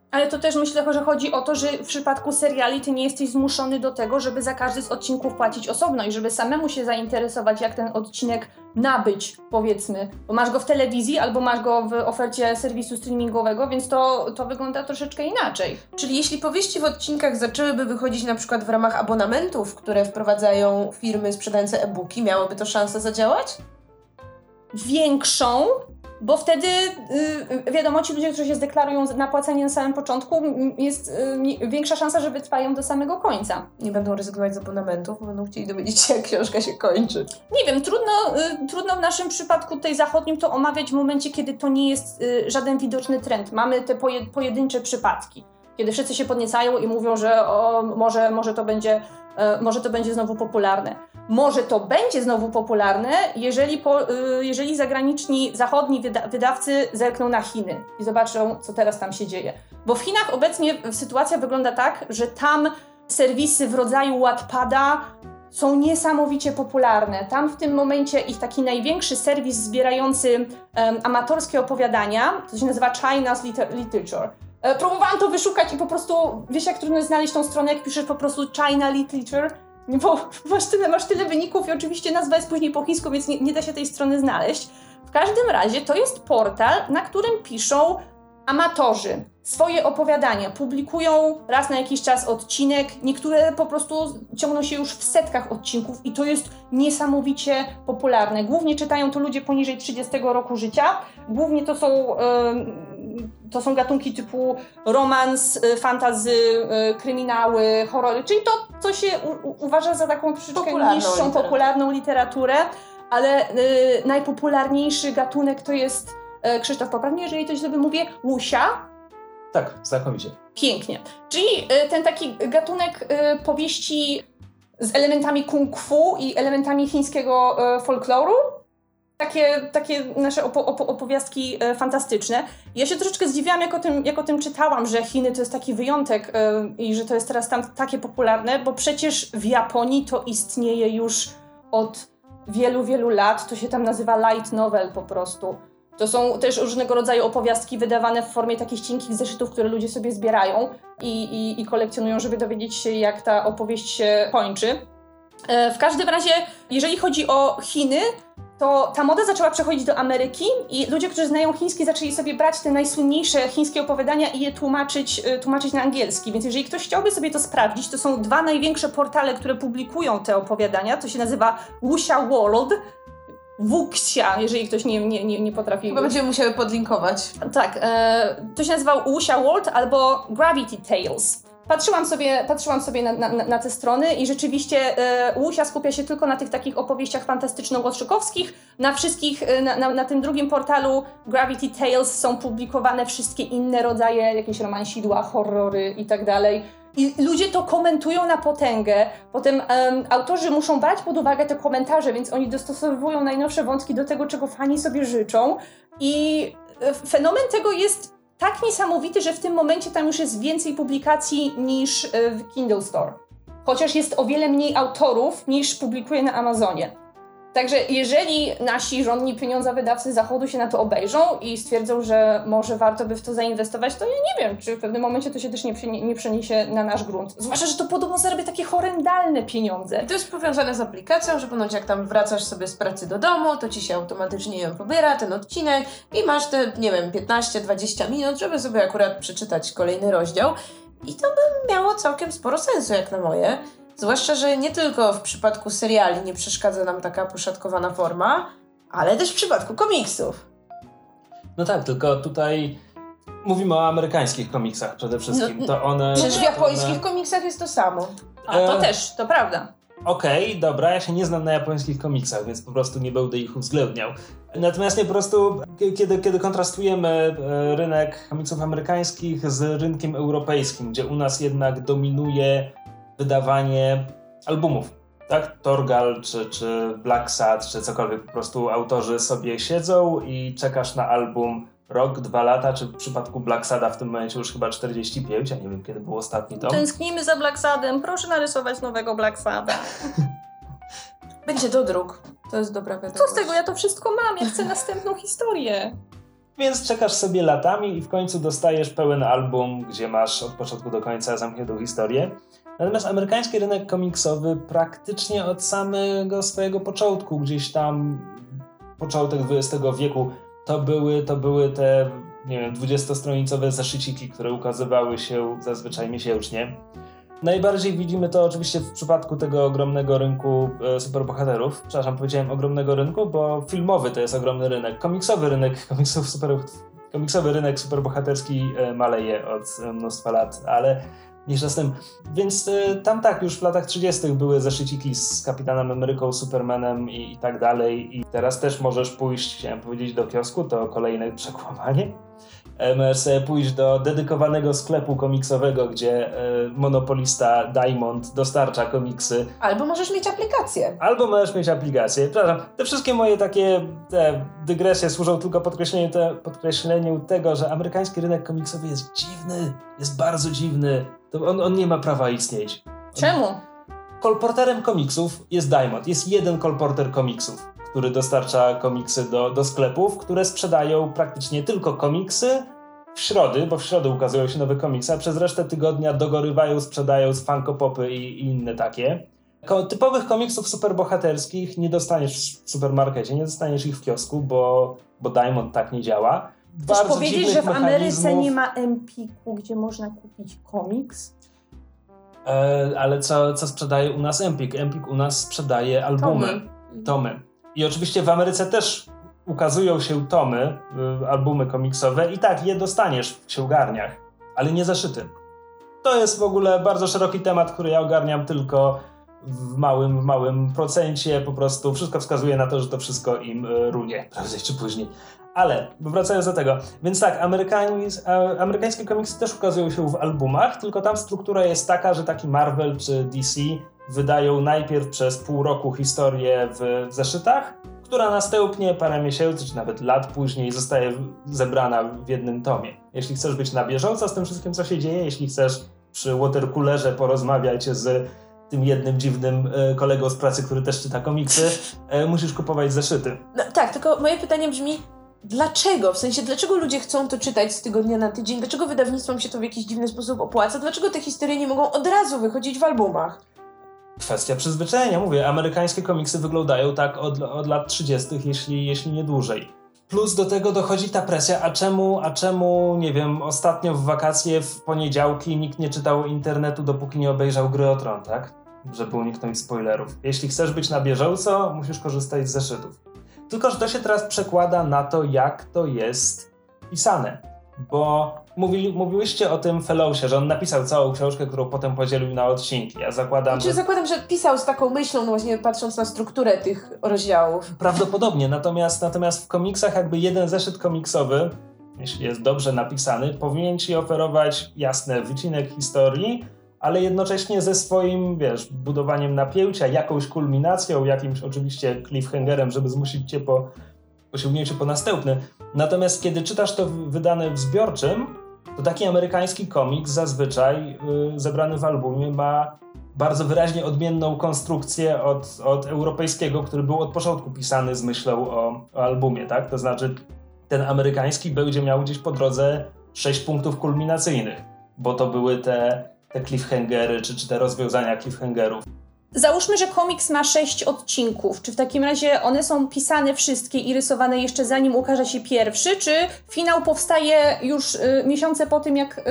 Ale to też myślę, że chodzi o to, że w przypadku seriali ty nie jesteś zmuszony do tego, żeby za każdy z odcinków płacić osobno i żeby samemu się zainteresować, jak ten odcinek nabyć, powiedzmy. Bo masz go w telewizji albo masz go w ofercie serwisu streamingowego, więc to wygląda troszeczkę inaczej. Czyli jeśli powieści w odcinkach zaczęłyby wychodzić na przykład w ramach abonamentów, które wprowadzają firmy sprzedające e-booki, miałoby to szansę zadziałać? Większą, bo wtedy wiadomo, ci ludzie, którzy się zdeklarują na płacenie na samym początku, jest większa szansa, że wytrwają do samego końca. Nie będą rezygnować z abonamentów, bo będą chcieli dowiedzieć się, jak książka się kończy. Nie wiem, trudno w naszym przypadku tutaj zachodnim to omawiać w momencie, kiedy to nie jest żaden widoczny trend. Mamy te pojedyncze przypadki, kiedy wszyscy się podniecają i mówią, że może to będzie znowu popularne. Może to będzie znowu popularne, jeżeli zagraniczni, zachodni wydawcy zerkną na Chiny i zobaczą, co teraz tam się dzieje. Bo w Chinach obecnie sytuacja wygląda tak, że tam serwisy w rodzaju Wattpada są niesamowicie popularne. Tam w tym momencie ich taki największy serwis zbierający amatorskie opowiadania, to się nazywa China's Literature. Próbowałam to wyszukać i po prostu, wiesz jak trudno znaleźć tą stronę, jak piszesz po prostu China Literature, bo masz tyle wyników i oczywiście nazwa jest później po chińsku, więc nie da się tej strony znaleźć. W każdym razie to jest portal, na którym piszą amatorzy swoje opowiadania. Publikują raz na jakiś czas odcinek, niektóre po prostu ciągną się już w setkach odcinków i to jest niesamowicie popularne. Głównie czytają to ludzie poniżej 30 roku życia. Głównie to są gatunki typu romans, fantasy, kryminały, horrory, czyli to, co się uważa za taką troszeczkę niższą, popularną literaturę, ale najpopularniejszy gatunek to jest, Krzysztof poprawnie, jeżeli to źle wymówię, wuxia. Tak, znakomicie. Pięknie. Czyli ten taki gatunek powieści z elementami kung fu i elementami chińskiego folkloru. Takie nasze opowiastki fantastyczne. Ja się troszeczkę zdziwiłam, jak o tym czytałam, że Chiny to jest taki wyjątek i że to jest teraz tam takie popularne, bo przecież w Japonii to istnieje już od wielu, wielu lat. To się tam nazywa light novel po prostu. To są też różnego rodzaju opowiastki wydawane w formie takich cienkich zeszytów, które ludzie sobie zbierają i kolekcjonują, żeby dowiedzieć się, jak ta opowieść się kończy. W każdym razie, jeżeli chodzi o Chiny, to ta moda zaczęła przechodzić do Ameryki i ludzie, którzy znają chiński, zaczęli sobie brać te najsłynniejsze chińskie opowiadania i je tłumaczyć na angielski. Więc jeżeli ktoś chciałby sobie to sprawdzić, to są dwa największe portale, które publikują te opowiadania. To się nazywa Wuxia World. Wuxia, jeżeli ktoś nie potrafi... Chyba będziemy musiały podlinkować. Tak, to się nazywa Wuxia World albo Gravity Tales. Patrzyłam sobie na te strony i rzeczywiście Wuxia skupia się tylko na tych takich opowieściach fantastyczno-łotrzykowskich. Na wszystkich, na tym drugim portalu Gravity Tales są publikowane wszystkie inne rodzaje, jakieś romansidła, horrory i tak dalej. I ludzie to komentują na potęgę. Potem autorzy muszą brać pod uwagę te komentarze, więc oni dostosowują najnowsze wątki do tego, czego fani sobie życzą. I fenomen tego jest tak niesamowity, że w tym momencie tam już jest więcej publikacji niż w Kindle Store. Chociaż jest o wiele mniej autorów niż publikuje na Amazonie. Także jeżeli nasi żądni pieniądze wydawcy Zachodu się na to obejrzą i stwierdzą, że może warto by w to zainwestować, to ja nie wiem, czy w pewnym momencie to się też nie przeniesie na nasz grunt. Zwłaszcza, że to podobno zarabia takie horrendalne pieniądze. I to jest powiązane z aplikacją, że ponoć jak tam wracasz sobie z pracy do domu, to ci się automatycznie ją pobiera, ten odcinek i masz te, 15-20 minut, żeby sobie akurat przeczytać kolejny rozdział. I to by miało całkiem sporo sensu, jak na moje. Zwłaszcza, że nie tylko w przypadku seriali nie przeszkadza nam taka poszatkowana forma, ale też w przypadku komiksów. No tak, tylko tutaj mówimy o amerykańskich komiksach przede wszystkim. To one... Przecież w japońskich komiksach jest to samo. A to też, to prawda. Okej, dobra, ja się nie znam na japońskich komiksach, więc po prostu nie będę ich uwzględniał. Natomiast po prostu, kiedy kontrastujemy rynek komiksów amerykańskich z rynkiem europejskim, gdzie u nas jednak dominuje wydawanie albumów, tak? Torgal, czy Black Sad, czy cokolwiek, po prostu autorzy sobie siedzą i czekasz na album rok, 2 lata, czy w przypadku Black Sada w tym momencie już chyba 45, ja nie wiem, kiedy był ostatni tom. Tęsknimy za Black Sadem, proszę narysować nowego Black Sada. Będzie dodruk, to jest dobra wiadomość. Co z tego, ja to wszystko mam, ja chcę następną historię. Więc czekasz sobie latami i w końcu dostajesz pełen album, gdzie masz od początku do końca zamkniętą historię. Natomiast amerykański rynek komiksowy praktycznie od samego swojego początku, gdzieś tam początek XX wieku, to były te, nie wiem, 20-stronicowe zeszyciki, które ukazywały się zazwyczaj miesięcznie. Najbardziej widzimy to oczywiście w przypadku tego ogromnego rynku superbohaterów. Przepraszam, powiedziałem ogromnego rynku, bo filmowy to jest ogromny rynek. Komiksowy rynek superbohaterski maleje od mnóstwa lat, ale mniejsza z tym. Więc tam tak, już w latach 30. były zeszyciki z Kapitanem Ameryką, Supermanem i tak dalej. I teraz też możesz pójść, chciałem powiedzieć, do kiosku, to kolejne przekłamanie. Możesz sobie pójść do dedykowanego sklepu komiksowego, gdzie monopolista Diamond dostarcza komiksy. Albo możesz mieć aplikację. Przepraszam, te wszystkie moje takie dygresje służą tylko podkreśleniu tego, że amerykański rynek komiksowy jest dziwny, jest bardzo dziwny. To on nie ma prawa istnieć. Czemu? Kolporterem komiksów jest Diamond. Jest jeden kolporter komiksów, który dostarcza komiksy do sklepów, które sprzedają praktycznie tylko komiksy w środy, bo w środę ukazują się nowe komiksy, a przez resztę tygodnia dogorywają, sprzedając Funko Popy i inne takie. Typowych komiksów superbohaterskich nie dostaniesz w supermarkecie, nie dostaniesz ich w kiosku, bo Diamond tak nie działa. Chcesz powiedzieć, że w Ameryce nie ma Empiku, gdzie można kupić komiks? Ale co sprzedaje u nas Empik? Empik u nas sprzedaje albumy. Tomy. I oczywiście w Ameryce też ukazują się tomy, albumy komiksowe i tak, je dostaniesz w księgarniach, ale nie zeszyty. To jest w ogóle bardzo szeroki temat, który ja ogarniam tylko w małym procencie. Po prostu wszystko wskazuje na to, że to wszystko im runie, prędzej czy później. Ale wracając do tego, więc tak, amerykańskie komiksy też ukazują się w albumach, tylko tam struktura jest taka, że taki Marvel czy DC wydają najpierw przez pół roku historię w zeszytach, która następnie parę miesięcy czy nawet lat później zostaje zebrana w jednym tomie. Jeśli chcesz być na bieżąco z tym wszystkim, co się dzieje, jeśli chcesz przy watercoolerze porozmawiać z tym jednym dziwnym kolegą z pracy, który też czyta komiksy, musisz kupować zeszyty. No, tak, tylko moje pytanie brzmi, dlaczego? W sensie, dlaczego ludzie chcą to czytać z tygodnia na tydzień? Dlaczego wydawnictwom się to w jakiś dziwny sposób opłaca? Dlaczego te historie nie mogą od razu wychodzić w albumach? Kwestia przyzwyczajenia, mówię, amerykańskie komiksy wyglądają tak od lat 30., jeśli nie dłużej. Plus do tego dochodzi ta presja, a czemu, nie wiem, ostatnio w wakacje, w poniedziałki nikt nie czytał internetu, dopóki nie obejrzał Gry o Tron, tak? Żeby uniknąć spoilerów. Jeśli chcesz być na bieżąco, musisz korzystać z zeszytów. Tylko że to się teraz przekłada na to, jak to jest pisane. Bo mówiłyście o tym Fellowsie, że on napisał całą książkę, którą potem podzielił na odcinki. Ja zakładam, zakładam, że pisał z taką myślą, no właśnie patrząc na strukturę tych rozdziałów. Prawdopodobnie, natomiast w komiksach jakby jeden zeszyt komiksowy, jeśli jest dobrze napisany, powinien ci oferować jasne wycinek historii, ale jednocześnie ze swoim, budowaniem napięcia, jakąś kulminacją, jakimś oczywiście cliffhangerem, żeby zmusić cię po sięgnięciu po następny. Natomiast kiedy czytasz to wydane w zbiorczym, to taki amerykański komiks zazwyczaj zebrany w albumie ma bardzo wyraźnie odmienną konstrukcję od europejskiego, który był od początku pisany z myślą o albumie, tak? To znaczy ten amerykański będzie miał gdzieś po drodze 6 punktów kulminacyjnych, bo to były te cliffhangery, czy te rozwiązania cliffhangerów. Załóżmy, że komiks ma 6 odcinków. Czy w takim razie one są pisane wszystkie i rysowane jeszcze zanim ukaże się pierwszy, czy finał powstaje już miesiące po tym, jak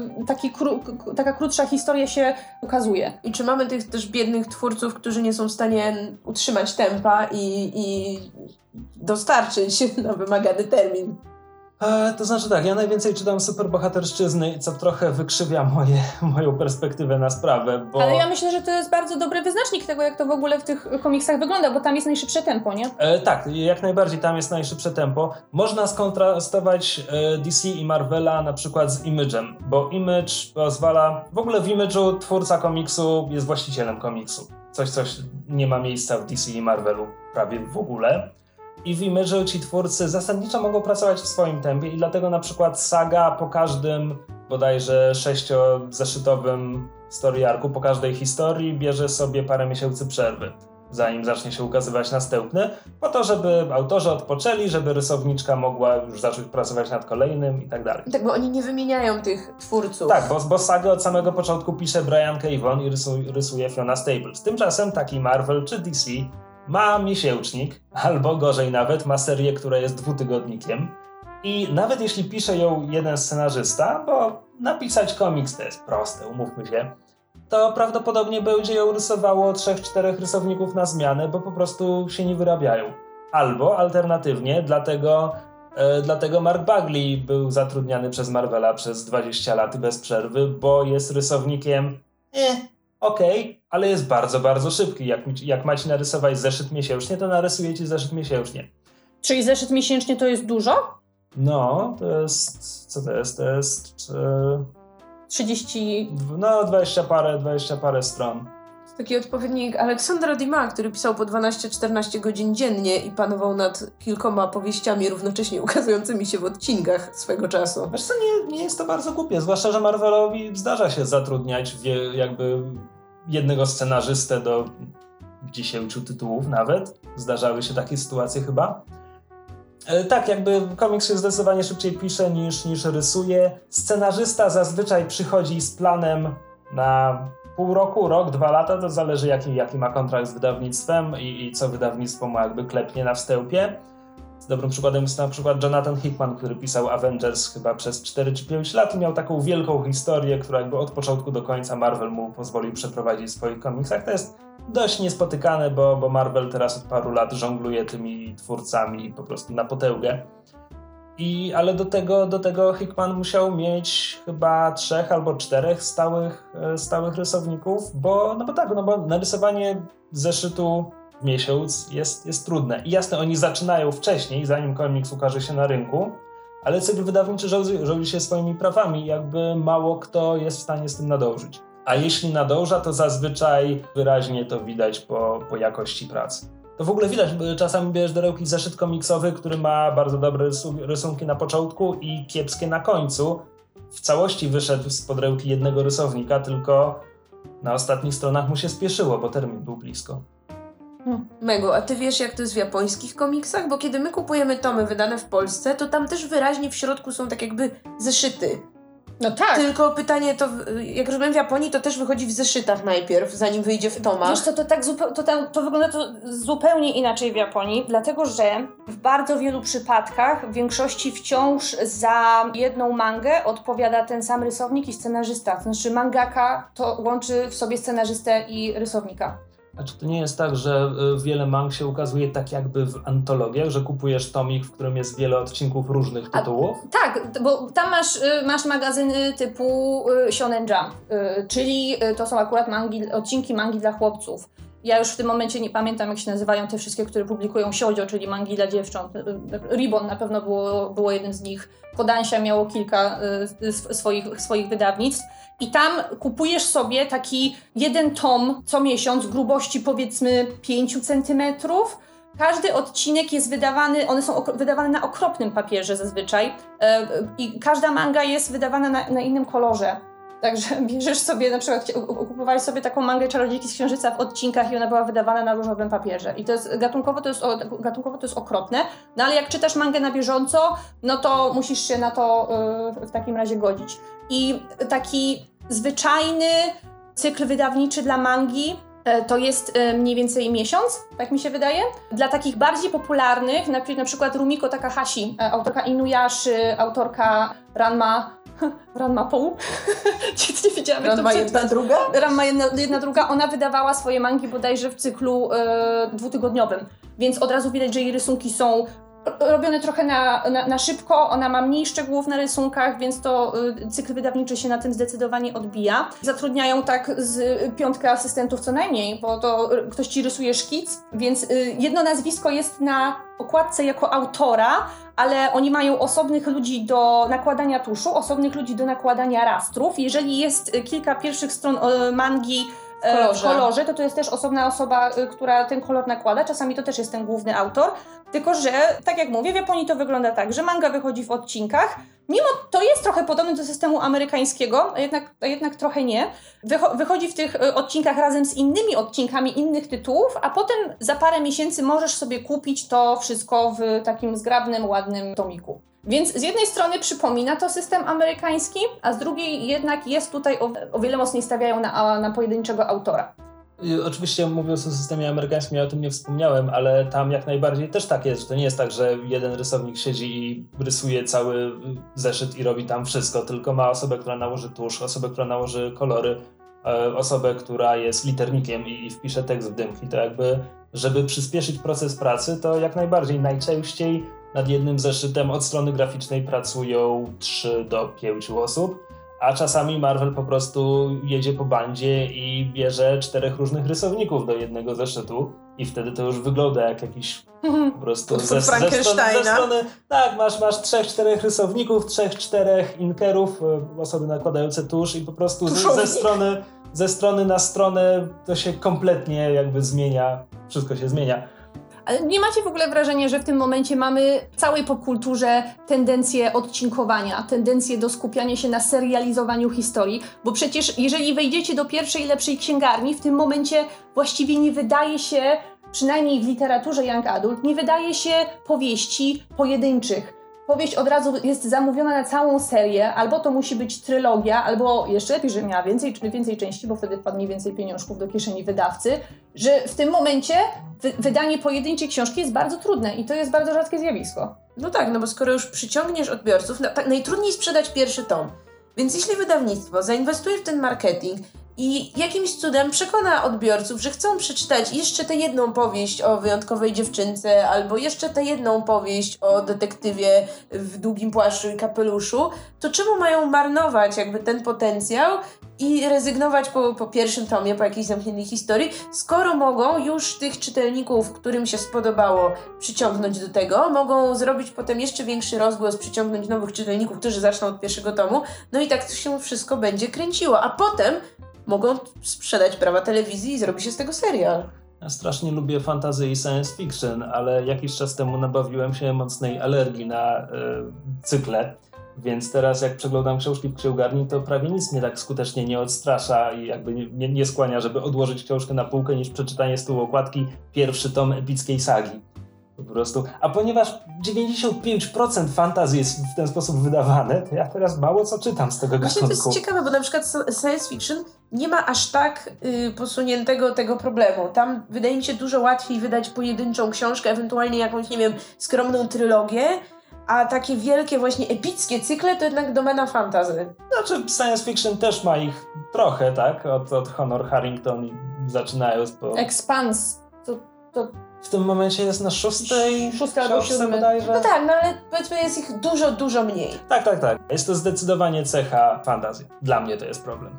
taka krótsza historia się ukazuje? I czy mamy tych też biednych twórców, którzy nie są w stanie utrzymać tempa i dostarczyć na wymagany termin? To znaczy tak, ja najwięcej czytam superbohaterszczyzny, co trochę wykrzywia moją perspektywę na sprawę, bo... Ale ja myślę, że to jest bardzo dobry wyznacznik tego, jak to w ogóle w tych komiksach wygląda, bo tam jest najszybsze tempo, nie? Tak, jak najbardziej tam jest najszybsze tempo. Można skontrastować DC i Marvela na przykład z Image'em, bo Image pozwala... W ogóle w Image'u twórca komiksu jest właścicielem komiksu. Coś nie ma miejsca w DC i Marvelu prawie w ogóle. I w Image'u ci twórcy zasadniczo mogą pracować w swoim tempie i dlatego na przykład Saga po każdym bodajże 6-zeszytowym story arcu, po każdej historii bierze sobie parę miesięcy przerwy. zanim zacznie się ukazywać następny, po to, żeby autorzy odpoczęli, żeby rysowniczka mogła już zacząć pracować nad kolejnym i tak dalej. Tak, bo oni nie wymieniają tych twórców. Tak, bo sagę od samego początku pisze Brian K. Vaughan i rysuje Fiona Staples. Tymczasem taki Marvel czy DC ma miesięcznik, albo gorzej nawet, ma serię, która jest 2-tygodnikiem. I nawet jeśli pisze ją jeden scenarzysta, bo napisać komiks to jest proste, umówmy się, to prawdopodobnie będzie ją rysowało 3-4 rysowników na zmianę, bo po prostu się nie wyrabiają. Albo alternatywnie, dlatego Mark Bagley był zatrudniany przez Marvela przez 20 lat bez przerwy, bo jest rysownikiem okej, ale jest bardzo, bardzo szybki. Jak macie narysować zeszyt miesięcznie, to narysujecie zeszyt miesięcznie. Czyli zeszyt miesięcznie to jest dużo? No, to jest... Co to jest? To jest... 30... No, 20 parę stron. Taki odpowiednik Aleksandra Dumas, który pisał po 12-14 godzin dziennie i panował nad kilkoma powieściami równocześnie ukazującymi się w odcinkach swego czasu. Wiesz co, nie jest to bardzo głupie, zwłaszcza, że Marvelowi zdarza się zatrudniać jakby jednego scenarzystę do 10 tytułów nawet. Zdarzały się takie sytuacje chyba. Tak, jakby komiks się zdecydowanie szybciej pisze niż rysuje. Scenarzysta zazwyczaj przychodzi z planem na pół roku, rok, 2 lata, to zależy jaki ma kontrakt z wydawnictwem i co wydawnictwo mu jakby klepnie na wstępie. Dobrym przykładem jest na przykład Jonathan Hickman, który pisał Avengers chyba przez 4 czy 5 lat i miał taką wielką historię, która jakby od początku do końca Marvel mu pozwolił przeprowadzić w swoich komiksach. To jest dość niespotykane, bo Marvel teraz od paru lat żongluje tymi twórcami po prostu na potęgę. Ale do tego Hickman musiał mieć chyba 3 albo 4 stałych rysowników, bo narysowanie zeszytu w miesiąc jest trudne. I jasne, oni zaczynają wcześniej, zanim komiks ukaże się na rynku, ale cykl wydawniczy rządzi się swoimi prawami, jakby mało kto jest w stanie z tym nadążyć. A jeśli nadąża, to zazwyczaj wyraźnie to widać po jakości pracy. To w ogóle widać, bo czasami bierzesz do ręki zeszyt komiksowy, który ma bardzo dobre rysunki na początku i kiepskie na końcu. W całości wyszedł spod ręki jednego rysownika, tylko na ostatnich stronach mu się spieszyło, bo termin był blisko. Mego, a ty wiesz, jak to jest w japońskich komiksach? Bo kiedy my kupujemy tomy wydane w Polsce, to tam też wyraźnie w środku są tak jakby zeszyty. No tak. Tylko pytanie to, jak rozumiem, w Japonii to też wychodzi w zeszytach najpierw, zanim wyjdzie w tomach. Wiesz co, to wygląda to zupełnie inaczej w Japonii, dlatego że w bardzo wielu przypadkach w większości wciąż za jedną mangę odpowiada ten sam rysownik i scenarzysta. Znaczy mangaka to łączy w sobie scenarzystę i rysownika. A czy to nie jest tak, że wiele mang się ukazuje tak jakby w antologiach, że kupujesz tomik, w którym jest wiele odcinków różnych tytułów? Tak, bo tam masz magazyny typu Shonen Jump, czyli to są akurat odcinki mangi dla chłopców. Ja już w tym momencie nie pamiętam, jak się nazywają te wszystkie, które publikują shoujo, czyli mangi dla dziewcząt. Ribbon na pewno było jednym z nich. Kodansha miało kilka swoich wydawnictw. I tam kupujesz sobie taki jeden tom co miesiąc, grubości powiedzmy 5 centymetrów. Każdy odcinek jest wydawany, one są wydawane na okropnym papierze zazwyczaj. I każda manga jest wydawana na innym kolorze. Także bierzesz sobie, na przykład kupowałeś sobie taką mangę Czarodziejki z Księżyca w odcinkach i ona była wydawana na różowym papierze. I to jest gatunkowo to jest okropne, no ale jak czytasz mangę na bieżąco, no to musisz się na to w takim razie godzić. I taki zwyczajny cykl wydawniczy dla mangi to jest mniej więcej miesiąc, tak mi się wydaje. Dla takich bardziej popularnych, na przykład Rumiko Takahashi, autorka Inuyaszy, autorka Ranma Pół. Nic nie wiedziałam. Ranma jedna, druga? Ranma jedna, druga. Ona wydawała swoje mangi bodajże w cyklu 2-tygodniowym. Więc od razu widać, że jej rysunki są robione trochę na szybko. Ona ma mniej szczegółów na rysunkach, więc to cykl wydawniczy się na tym zdecydowanie odbija. Zatrudniają tak z 5 asystentów co najmniej, bo to ktoś ci rysuje szkic, więc jedno nazwisko jest na okładce jako autora, ale oni mają osobnych ludzi do nakładania tuszu, osobnych ludzi do nakładania rastrów. Jeżeli jest kilka pierwszych stron mangi w kolorze, to jest też osobna osoba, która ten kolor nakłada. Czasami to też jest ten główny autor. Tylko że, tak jak mówię, w Japonii to wygląda tak, że manga wychodzi w odcinkach. Mimo to jest trochę podobne do systemu amerykańskiego, a jednak trochę nie. Wychodzi w tych odcinkach razem z innymi odcinkami innych tytułów, a potem za parę miesięcy możesz sobie kupić to wszystko w takim zgrabnym, ładnym tomiku. Więc z jednej strony przypomina to system amerykański, a z drugiej jednak jest tutaj o wiele mocniej stawiają na pojedynczego autora. Oczywiście mówiąc o systemie amerykańskim, ja o tym nie wspomniałem, ale tam jak najbardziej też tak jest, że to nie jest tak, że jeden rysownik siedzi i rysuje cały zeszyt i robi tam wszystko, tylko ma osobę, która nałoży tusz, osobę, która nałoży kolory, osobę, która jest liternikiem i wpisze tekst w dymki. To jakby, żeby przyspieszyć proces pracy, to jak najbardziej najczęściej nad jednym zeszytem od strony graficznej pracują 3 do 5 osób. A czasami Marvel po prostu jedzie po bandzie i bierze 4 różnych rysowników do jednego zeszytu i wtedy to już wygląda jak jakiś po prostu ze strony tak, masz 3-4 rysowników, 3-4 inkerów, osoby nakładające tusz i po prostu ze strony na stronę to się kompletnie jakby zmienia, wszystko się zmienia. Ale nie macie w ogóle wrażenia, że w tym momencie mamy w całej popkulturze tendencję odcinkowania, tendencję do skupiania się na serializowaniu historii? Bo przecież jeżeli wejdziecie do pierwszej lepszej księgarni, w tym momencie właściwie nie wydaje się, przynajmniej w literaturze young adult, nie wydaje się powieści pojedynczych. Powieść od razu jest zamówiona na całą serię, albo to musi być trylogia, albo jeszcze lepiej, że miała więcej części, bo wtedy wpadnie więcej pieniążków do kieszeni wydawcy, że w tym momencie wydanie pojedynczej książki jest bardzo trudne i to jest bardzo rzadkie zjawisko. No tak, no bo skoro już przyciągniesz odbiorców, tak najtrudniej sprzedać pierwszy tom. Więc jeśli wydawnictwo zainwestuje w ten marketing i jakimś cudem przekona odbiorców, że chcą przeczytać jeszcze tę jedną powieść o wyjątkowej dziewczynce, albo jeszcze tę jedną powieść o detektywie w długim płaszczu i kapeluszu, to czemu mają marnować jakby ten potencjał i rezygnować po pierwszym tomie, po jakiejś zamkniętej historii, skoro mogą już tych czytelników, którym się spodobało, przyciągnąć do tego, mogą zrobić potem jeszcze większy rozgłos, przyciągnąć nowych czytelników, którzy zaczną od pierwszego tomu, no i tak to się wszystko będzie kręciło, a potem mogą sprzedać prawa telewizji i zrobi się z tego serial. Ja strasznie lubię fantasy i science fiction, ale jakiś czas temu nabawiłem się mocnej alergii na cykle, więc teraz jak przeglądam książki w księgarni, to prawie nic mnie tak skutecznie nie odstrasza i jakby nie skłania, żeby odłożyć książkę na półkę, niż przeczytanie z tyłu okładki pierwszy tom epickiej sagi. Po prostu. A ponieważ 95% fantazji jest w ten sposób wydawane, to ja teraz mało co czytam z tego gatunku. Właśnie to jest ciekawe, bo na przykład science fiction nie ma aż tak posuniętego tego problemu. Tam wydaje mi się dużo łatwiej wydać pojedynczą książkę, ewentualnie jakąś, nie wiem, skromną trylogię, a takie wielkie właśnie epickie cykle to jednak domena fantasy. Znaczy science fiction też ma ich trochę, tak? Od Honor Harrington zaczynając po... Expanse. To... W tym momencie jest na 6. albo 7. bodajże. No tak, no ale powiedzmy jest ich dużo mniej. Tak. Jest to zdecydowanie cecha fantazji. Dla mnie to jest problem.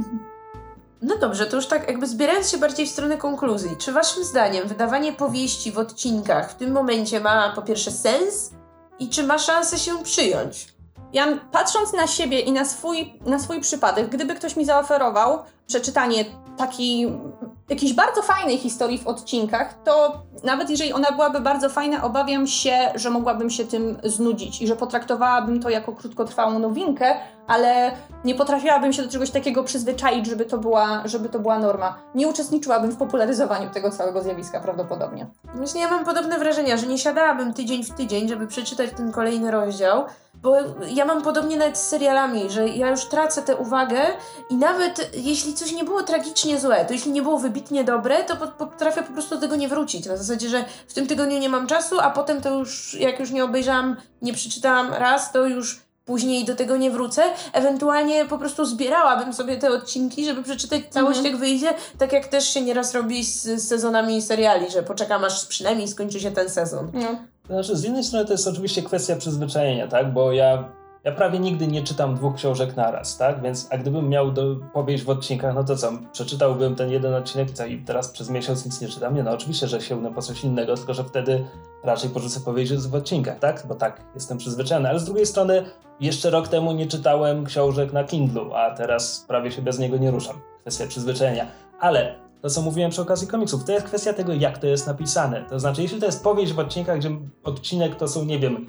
No dobrze, to już tak jakby zbierając się bardziej w stronę konkluzji. Czy waszym zdaniem wydawanie powieści w odcinkach w tym momencie ma po pierwsze sens i czy ma szansę się przyjąć? Ja patrząc na siebie i na swój przypadek, gdyby ktoś mi zaoferował przeczytanie jakiejś bardzo fajnej historii w odcinkach, to nawet jeżeli ona byłaby bardzo fajna, obawiam się, że mogłabym się tym znudzić i że potraktowałabym to jako krótkotrwałą nowinkę, ale nie potrafiłabym się do czegoś takiego przyzwyczaić, żeby to była norma. Nie uczestniczyłabym w popularyzowaniu tego całego zjawiska prawdopodobnie. Właśnie ja mam podobne wrażenia, że nie siadałabym tydzień w tydzień, żeby przeczytać ten kolejny rozdział, bo ja mam podobnie nawet z serialami, że ja już tracę tę uwagę i nawet jeśli coś nie było tragicznie złe, to jeśli nie było wybitnie dobre, to potrafię po prostu do tego nie wrócić. Na zasadzie, że w tym tygodniu nie mam czasu, a potem to już, jak już nie obejrzałam, nie przeczytałam raz, to już później do tego nie wrócę. Ewentualnie po prostu zbierałabym sobie te odcinki, żeby przeczytać całość jak wyjdzie, tak jak też się nieraz robi z sezonami seriali, że poczekam aż przynajmniej skończy się ten sezon. No. To znaczy, z jednej strony to jest oczywiście kwestia przyzwyczajenia, tak? Bo ja prawie nigdy nie czytam 2 książek naraz, tak? Więc a gdybym miał powieść w odcinkach, no to co? Przeczytałbym ten jeden odcinek i teraz przez miesiąc nic nie czytam? Nie, no oczywiście, że sięgnę po coś innego, tylko że wtedy raczej porzucę powieść w odcinkach, tak? Bo tak, jestem przyzwyczajony. Ale z drugiej strony jeszcze rok temu nie czytałem książek na Kindlu, a teraz prawie się bez niego nie ruszam. Kwestia przyzwyczajenia. Ale to, co mówiłem przy okazji komiksów, to jest kwestia tego, jak to jest napisane. To znaczy, jeśli to jest powieść w odcinkach, gdzie odcinek to są, nie wiem,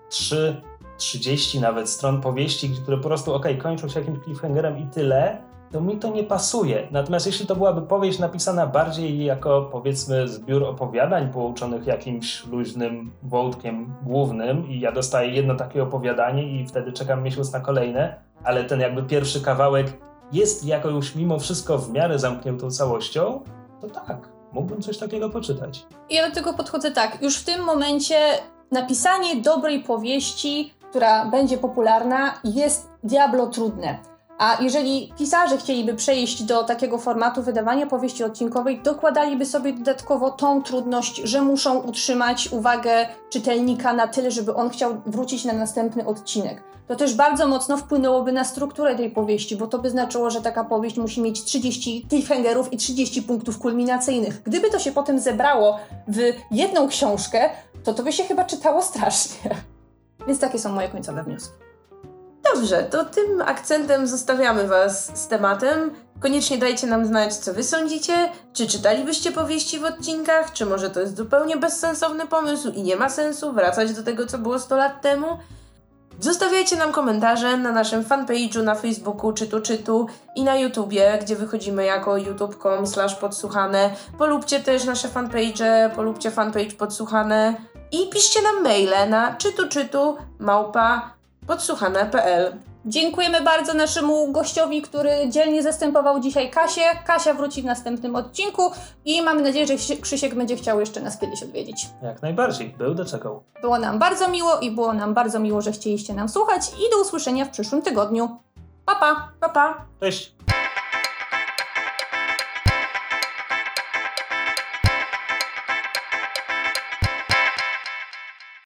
30 nawet stron powieści, które po prostu, kończą się jakimś cliffhangerem i tyle, to mi to nie pasuje. Natomiast jeśli to byłaby powieść napisana bardziej jako, powiedzmy, zbiór opowiadań połączonych jakimś luźnym wątkiem głównym i ja dostaję jedno takie opowiadanie i wtedy czekam miesiąc na kolejne, ale ten jakby pierwszy kawałek jest jakoś mimo wszystko w miarę zamkniętą całością, to tak, mógłbym coś takiego poczytać. Ja do tego podchodzę tak, już w tym momencie napisanie dobrej powieści, która będzie popularna, jest diablo trudne. A jeżeli pisarze chcieliby przejść do takiego formatu wydawania powieści odcinkowej, dokładaliby sobie dodatkowo tą trudność, że muszą utrzymać uwagę czytelnika na tyle, żeby on chciał wrócić na następny odcinek. To też bardzo mocno wpłynęłoby na strukturę tej powieści, bo to by znaczyło, że taka powieść musi mieć 30 cliffhangerów i 30 punktów kulminacyjnych. Gdyby to się potem zebrało w jedną książkę, to by się chyba czytało strasznie. Więc takie są moje końcowe wnioski. Dobrze, to tym akcentem zostawiamy Was z tematem. Koniecznie dajcie nam znać, co Wy sądzicie. Czy czytalibyście powieści w odcinkach? Czy może to jest zupełnie bezsensowny pomysł i nie ma sensu wracać do tego, co było 100 lat temu? Zostawiajcie nam komentarze na naszym fanpage'u na Facebooku Czytu i na YouTubie, gdzie wychodzimy jako youtube.com/podsłuchane. Polubcie też nasze fanpage'e, polubcie fanpage Podsłuchane i piszcie nam maile na czytu@podsłuchane.pl. Dziękujemy bardzo naszemu gościowi, który dzielnie zastępował dzisiaj Kasię. Kasia wróci w następnym odcinku i mamy nadzieję, że Krzysiek będzie chciał jeszcze nas kiedyś odwiedzić. Jak najbardziej, był doczekał. Było nam bardzo miło i było nam bardzo miło, że chcieliście nam słuchać i do usłyszenia w przyszłym tygodniu. Pa, pa! Pa, pa! Cześć!